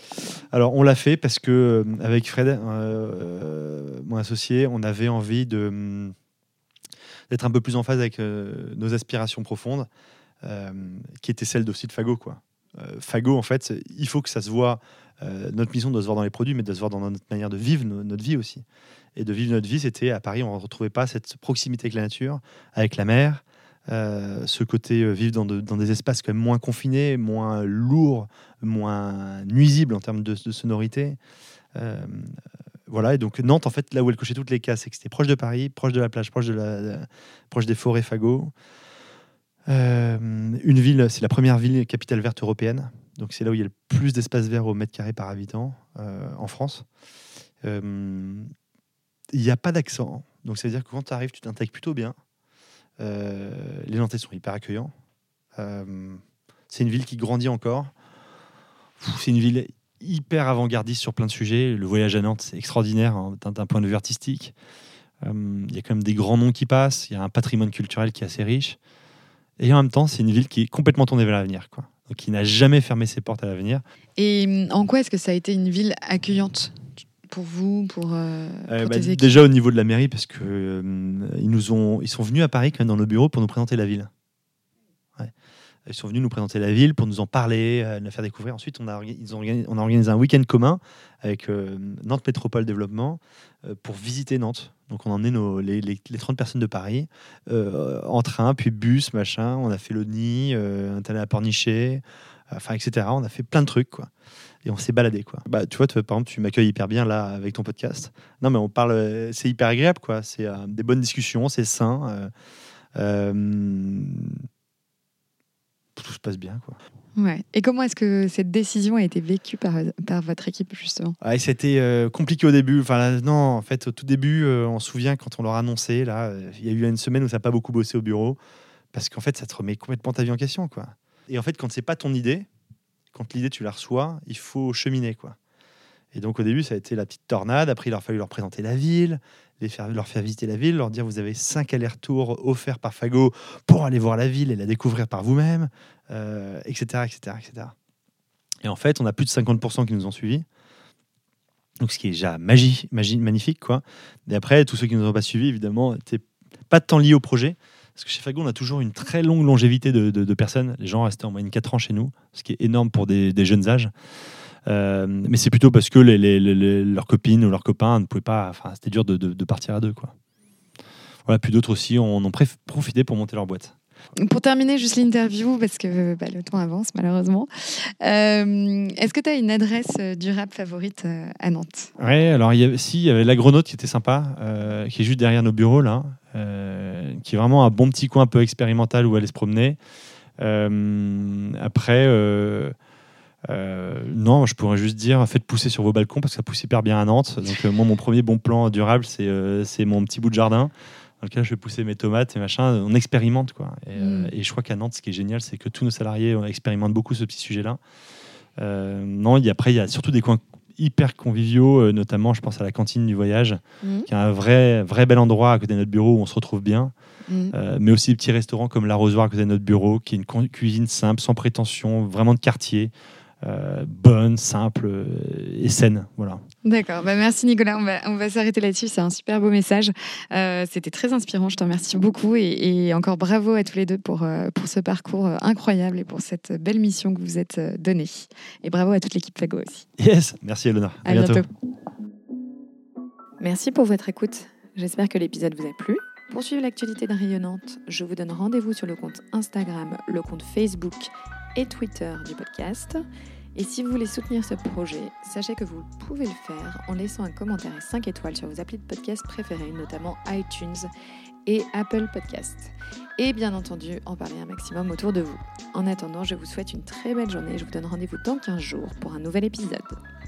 Alors, on l'a fait parce que euh, avec Fred, euh, mon associé, on avait envie de, d'être un peu plus en phase avec euh, nos aspirations profondes, euh, qui étaient celles aussi de Fago, quoi. Euh, Fago, en fait, il faut que ça se voit. Euh, notre mission doit se voir dans les produits, mais doit se voir dans notre manière de vivre no- notre vie aussi. Et de vivre notre vie, c'était à Paris, on ne retrouvait pas cette proximité avec la nature, avec la mer, euh, ce côté euh, vivre dans, de- dans des espaces quand même moins confinés, moins lourds, moins nuisibles en termes de, de sonorité. Euh, voilà, et donc Nantes, en fait, là où elle cochait toutes les cases, c'est que c'était proche de Paris, proche de la plage, proche, de la, de- proche des forêts Fago. Euh, une ville, c'est la première ville capitale verte européenne. Donc c'est là où il y a le plus d'espace vert au mètre carré par habitant euh, en France. Euh, Il n'y a pas d'accent. Donc ça veut dire que quand tu arrives, tu t'intègres plutôt bien. Euh, les Nantais sont hyper accueillants. Euh, c'est une ville qui grandit encore. Pff, C'est une ville hyper avant-gardiste sur plein de sujets. Le voyage à Nantes, c'est extraordinaire hein, d'un, d'un point de vue artistique. Euh, Il y a quand même des grands noms qui passent. Il y a un patrimoine culturel qui est assez riche. Et en même temps, c'est une ville qui est complètement tournée vers l'avenir, quoi. Donc, qui n'a jamais fermé ses portes à l'avenir. Et en quoi est-ce que ça a été une ville accueillante pour vous, pour, euh, pour Euh, bah, tes équipes? déjà au niveau de la mairie, parce que euh, ils nous ont, ils sont venus à Paris quand même dans nos bureaux pour nous présenter la ville. Ouais. Ils sont venus nous présenter la ville, pour nous en parler, euh, nous la faire découvrir. Ensuite, on a, orga- ils ont organisé, on a organisé un week-end commun avec euh, Nantes Métropole Développement euh, pour visiter Nantes. Donc, on a emmené nos, les, les, les trente personnes de Paris euh, en train, puis bus, machin. On a fait le Nid, euh, on est allé à Pornichet, enfin, et cetera. On a fait plein de trucs, quoi. Et on s'est baladé, quoi. Bah, tu vois, tu, par exemple, tu m'accueilles hyper bien là avec ton podcast. Non, mais on parle, euh, c'est hyper agréable, quoi. C'est euh, des bonnes discussions, c'est sain. Euh, euh, tout se passe bien, quoi. Ouais. Et comment est-ce que cette décision a été vécue par, par votre équipe, justement? Ouais, c'était euh, compliqué au début. Enfin, là, non, en fait, au tout début, euh, on se souvient quand on leur a annoncé, là, euh, il y a eu une semaine où ça n'a pas beaucoup bossé au bureau, parce qu'en fait, ça te remet complètement ta vie en question, quoi. Et en fait, quand c'est pas ton idée, quand l'idée tu la reçois, il faut cheminer, quoi. Et donc au début, ça a été la petite tornade. Après, il a fallu leur présenter la ville, les faire, leur faire visiter la ville, leur dire vous avez cinq allers-retours offerts par Fago pour aller voir la ville et la découvrir par vous-même, euh, et cetera, et cetera, et cetera. Et en fait, on a plus de cinquante pour cent qui nous ont suivis. Donc, ce qui est déjà magie, magie, magnifique, quoi. Et après, tous ceux qui ne nous ont pas suivis, évidemment, n'étaient pas de temps lié au projet. Parce que chez Fago, on a toujours une très longue longévité de, de, de personnes. Les gens restent en moyenne quatre ans chez nous, ce qui est énorme pour des, des jeunes âges. Euh, mais c'est plutôt parce que les, les, les, leurs copines ou leurs copains ne pouvaient pas. Enfin, c'était dur de, de, de partir à deux, quoi. Voilà, puis d'autres aussi en ont préf- profité pour monter leur boîte. Pour terminer juste l'interview, parce que bah, le temps avance malheureusement, euh, est-ce que tu as une adresse durable favorite euh, à Nantes? Ouais, alors il y avait, si, il y avait l'Agronaute qui était sympa, euh, qui est juste derrière nos bureaux là, euh, qui est vraiment un bon petit coin un peu expérimental où aller se promener. Euh, après, euh, euh, non, je pourrais juste dire faites pousser sur vos balcons parce que ça pousse hyper bien à Nantes. Donc euh, moi, mon premier bon plan durable, c'est euh, c'est mon petit bout de jardin dans lequel je vais pousser mes tomates et machin. On expérimente, quoi. Et, euh, Mm. et je crois qu'à Nantes, ce qui est génial, c'est que tous nos salariés expérimentent beaucoup ce petit sujet-là. Euh, non, il y a, après, il y a surtout des coins hyper conviviaux, euh, notamment, je pense à la cantine du voyage, Mmh. qui est un vrai, vrai bel endroit à côté de notre bureau où on se retrouve bien. Mmh. Euh, mais aussi des petits restaurants comme l'Arrosoir à côté de notre bureau, qui est une cu- cuisine simple, sans prétention, vraiment de quartier, euh, bonne, simple euh, et saine. Voilà. D'accord, bah merci Nicolas, on va, on va s'arrêter là-dessus, c'est un super beau message. Euh, c'était très inspirant, je te remercie beaucoup et, et encore bravo à tous les deux pour, euh, pour ce parcours euh, incroyable et pour cette belle mission que vous êtes euh, donnée. Et bravo à toute l'équipe Fago aussi. Yes, merci Elona. À, bientôt. bientôt. Merci pour votre écoute. J'espère que l'épisode vous a plu. Pour suivre l'actualité de Rayonnante, je vous donne rendez-vous sur le compte Instagram, le compte Facebook et Twitter du podcast. Et si vous voulez soutenir ce projet, sachez que vous pouvez le faire en laissant un commentaire et cinq étoiles sur vos applis de podcast préférés, notamment iTunes et Apple Podcasts. Et bien entendu, en parler un maximum autour de vous. En attendant, je vous souhaite une très belle journée et je vous donne rendez-vous dans quinze jours pour un nouvel épisode.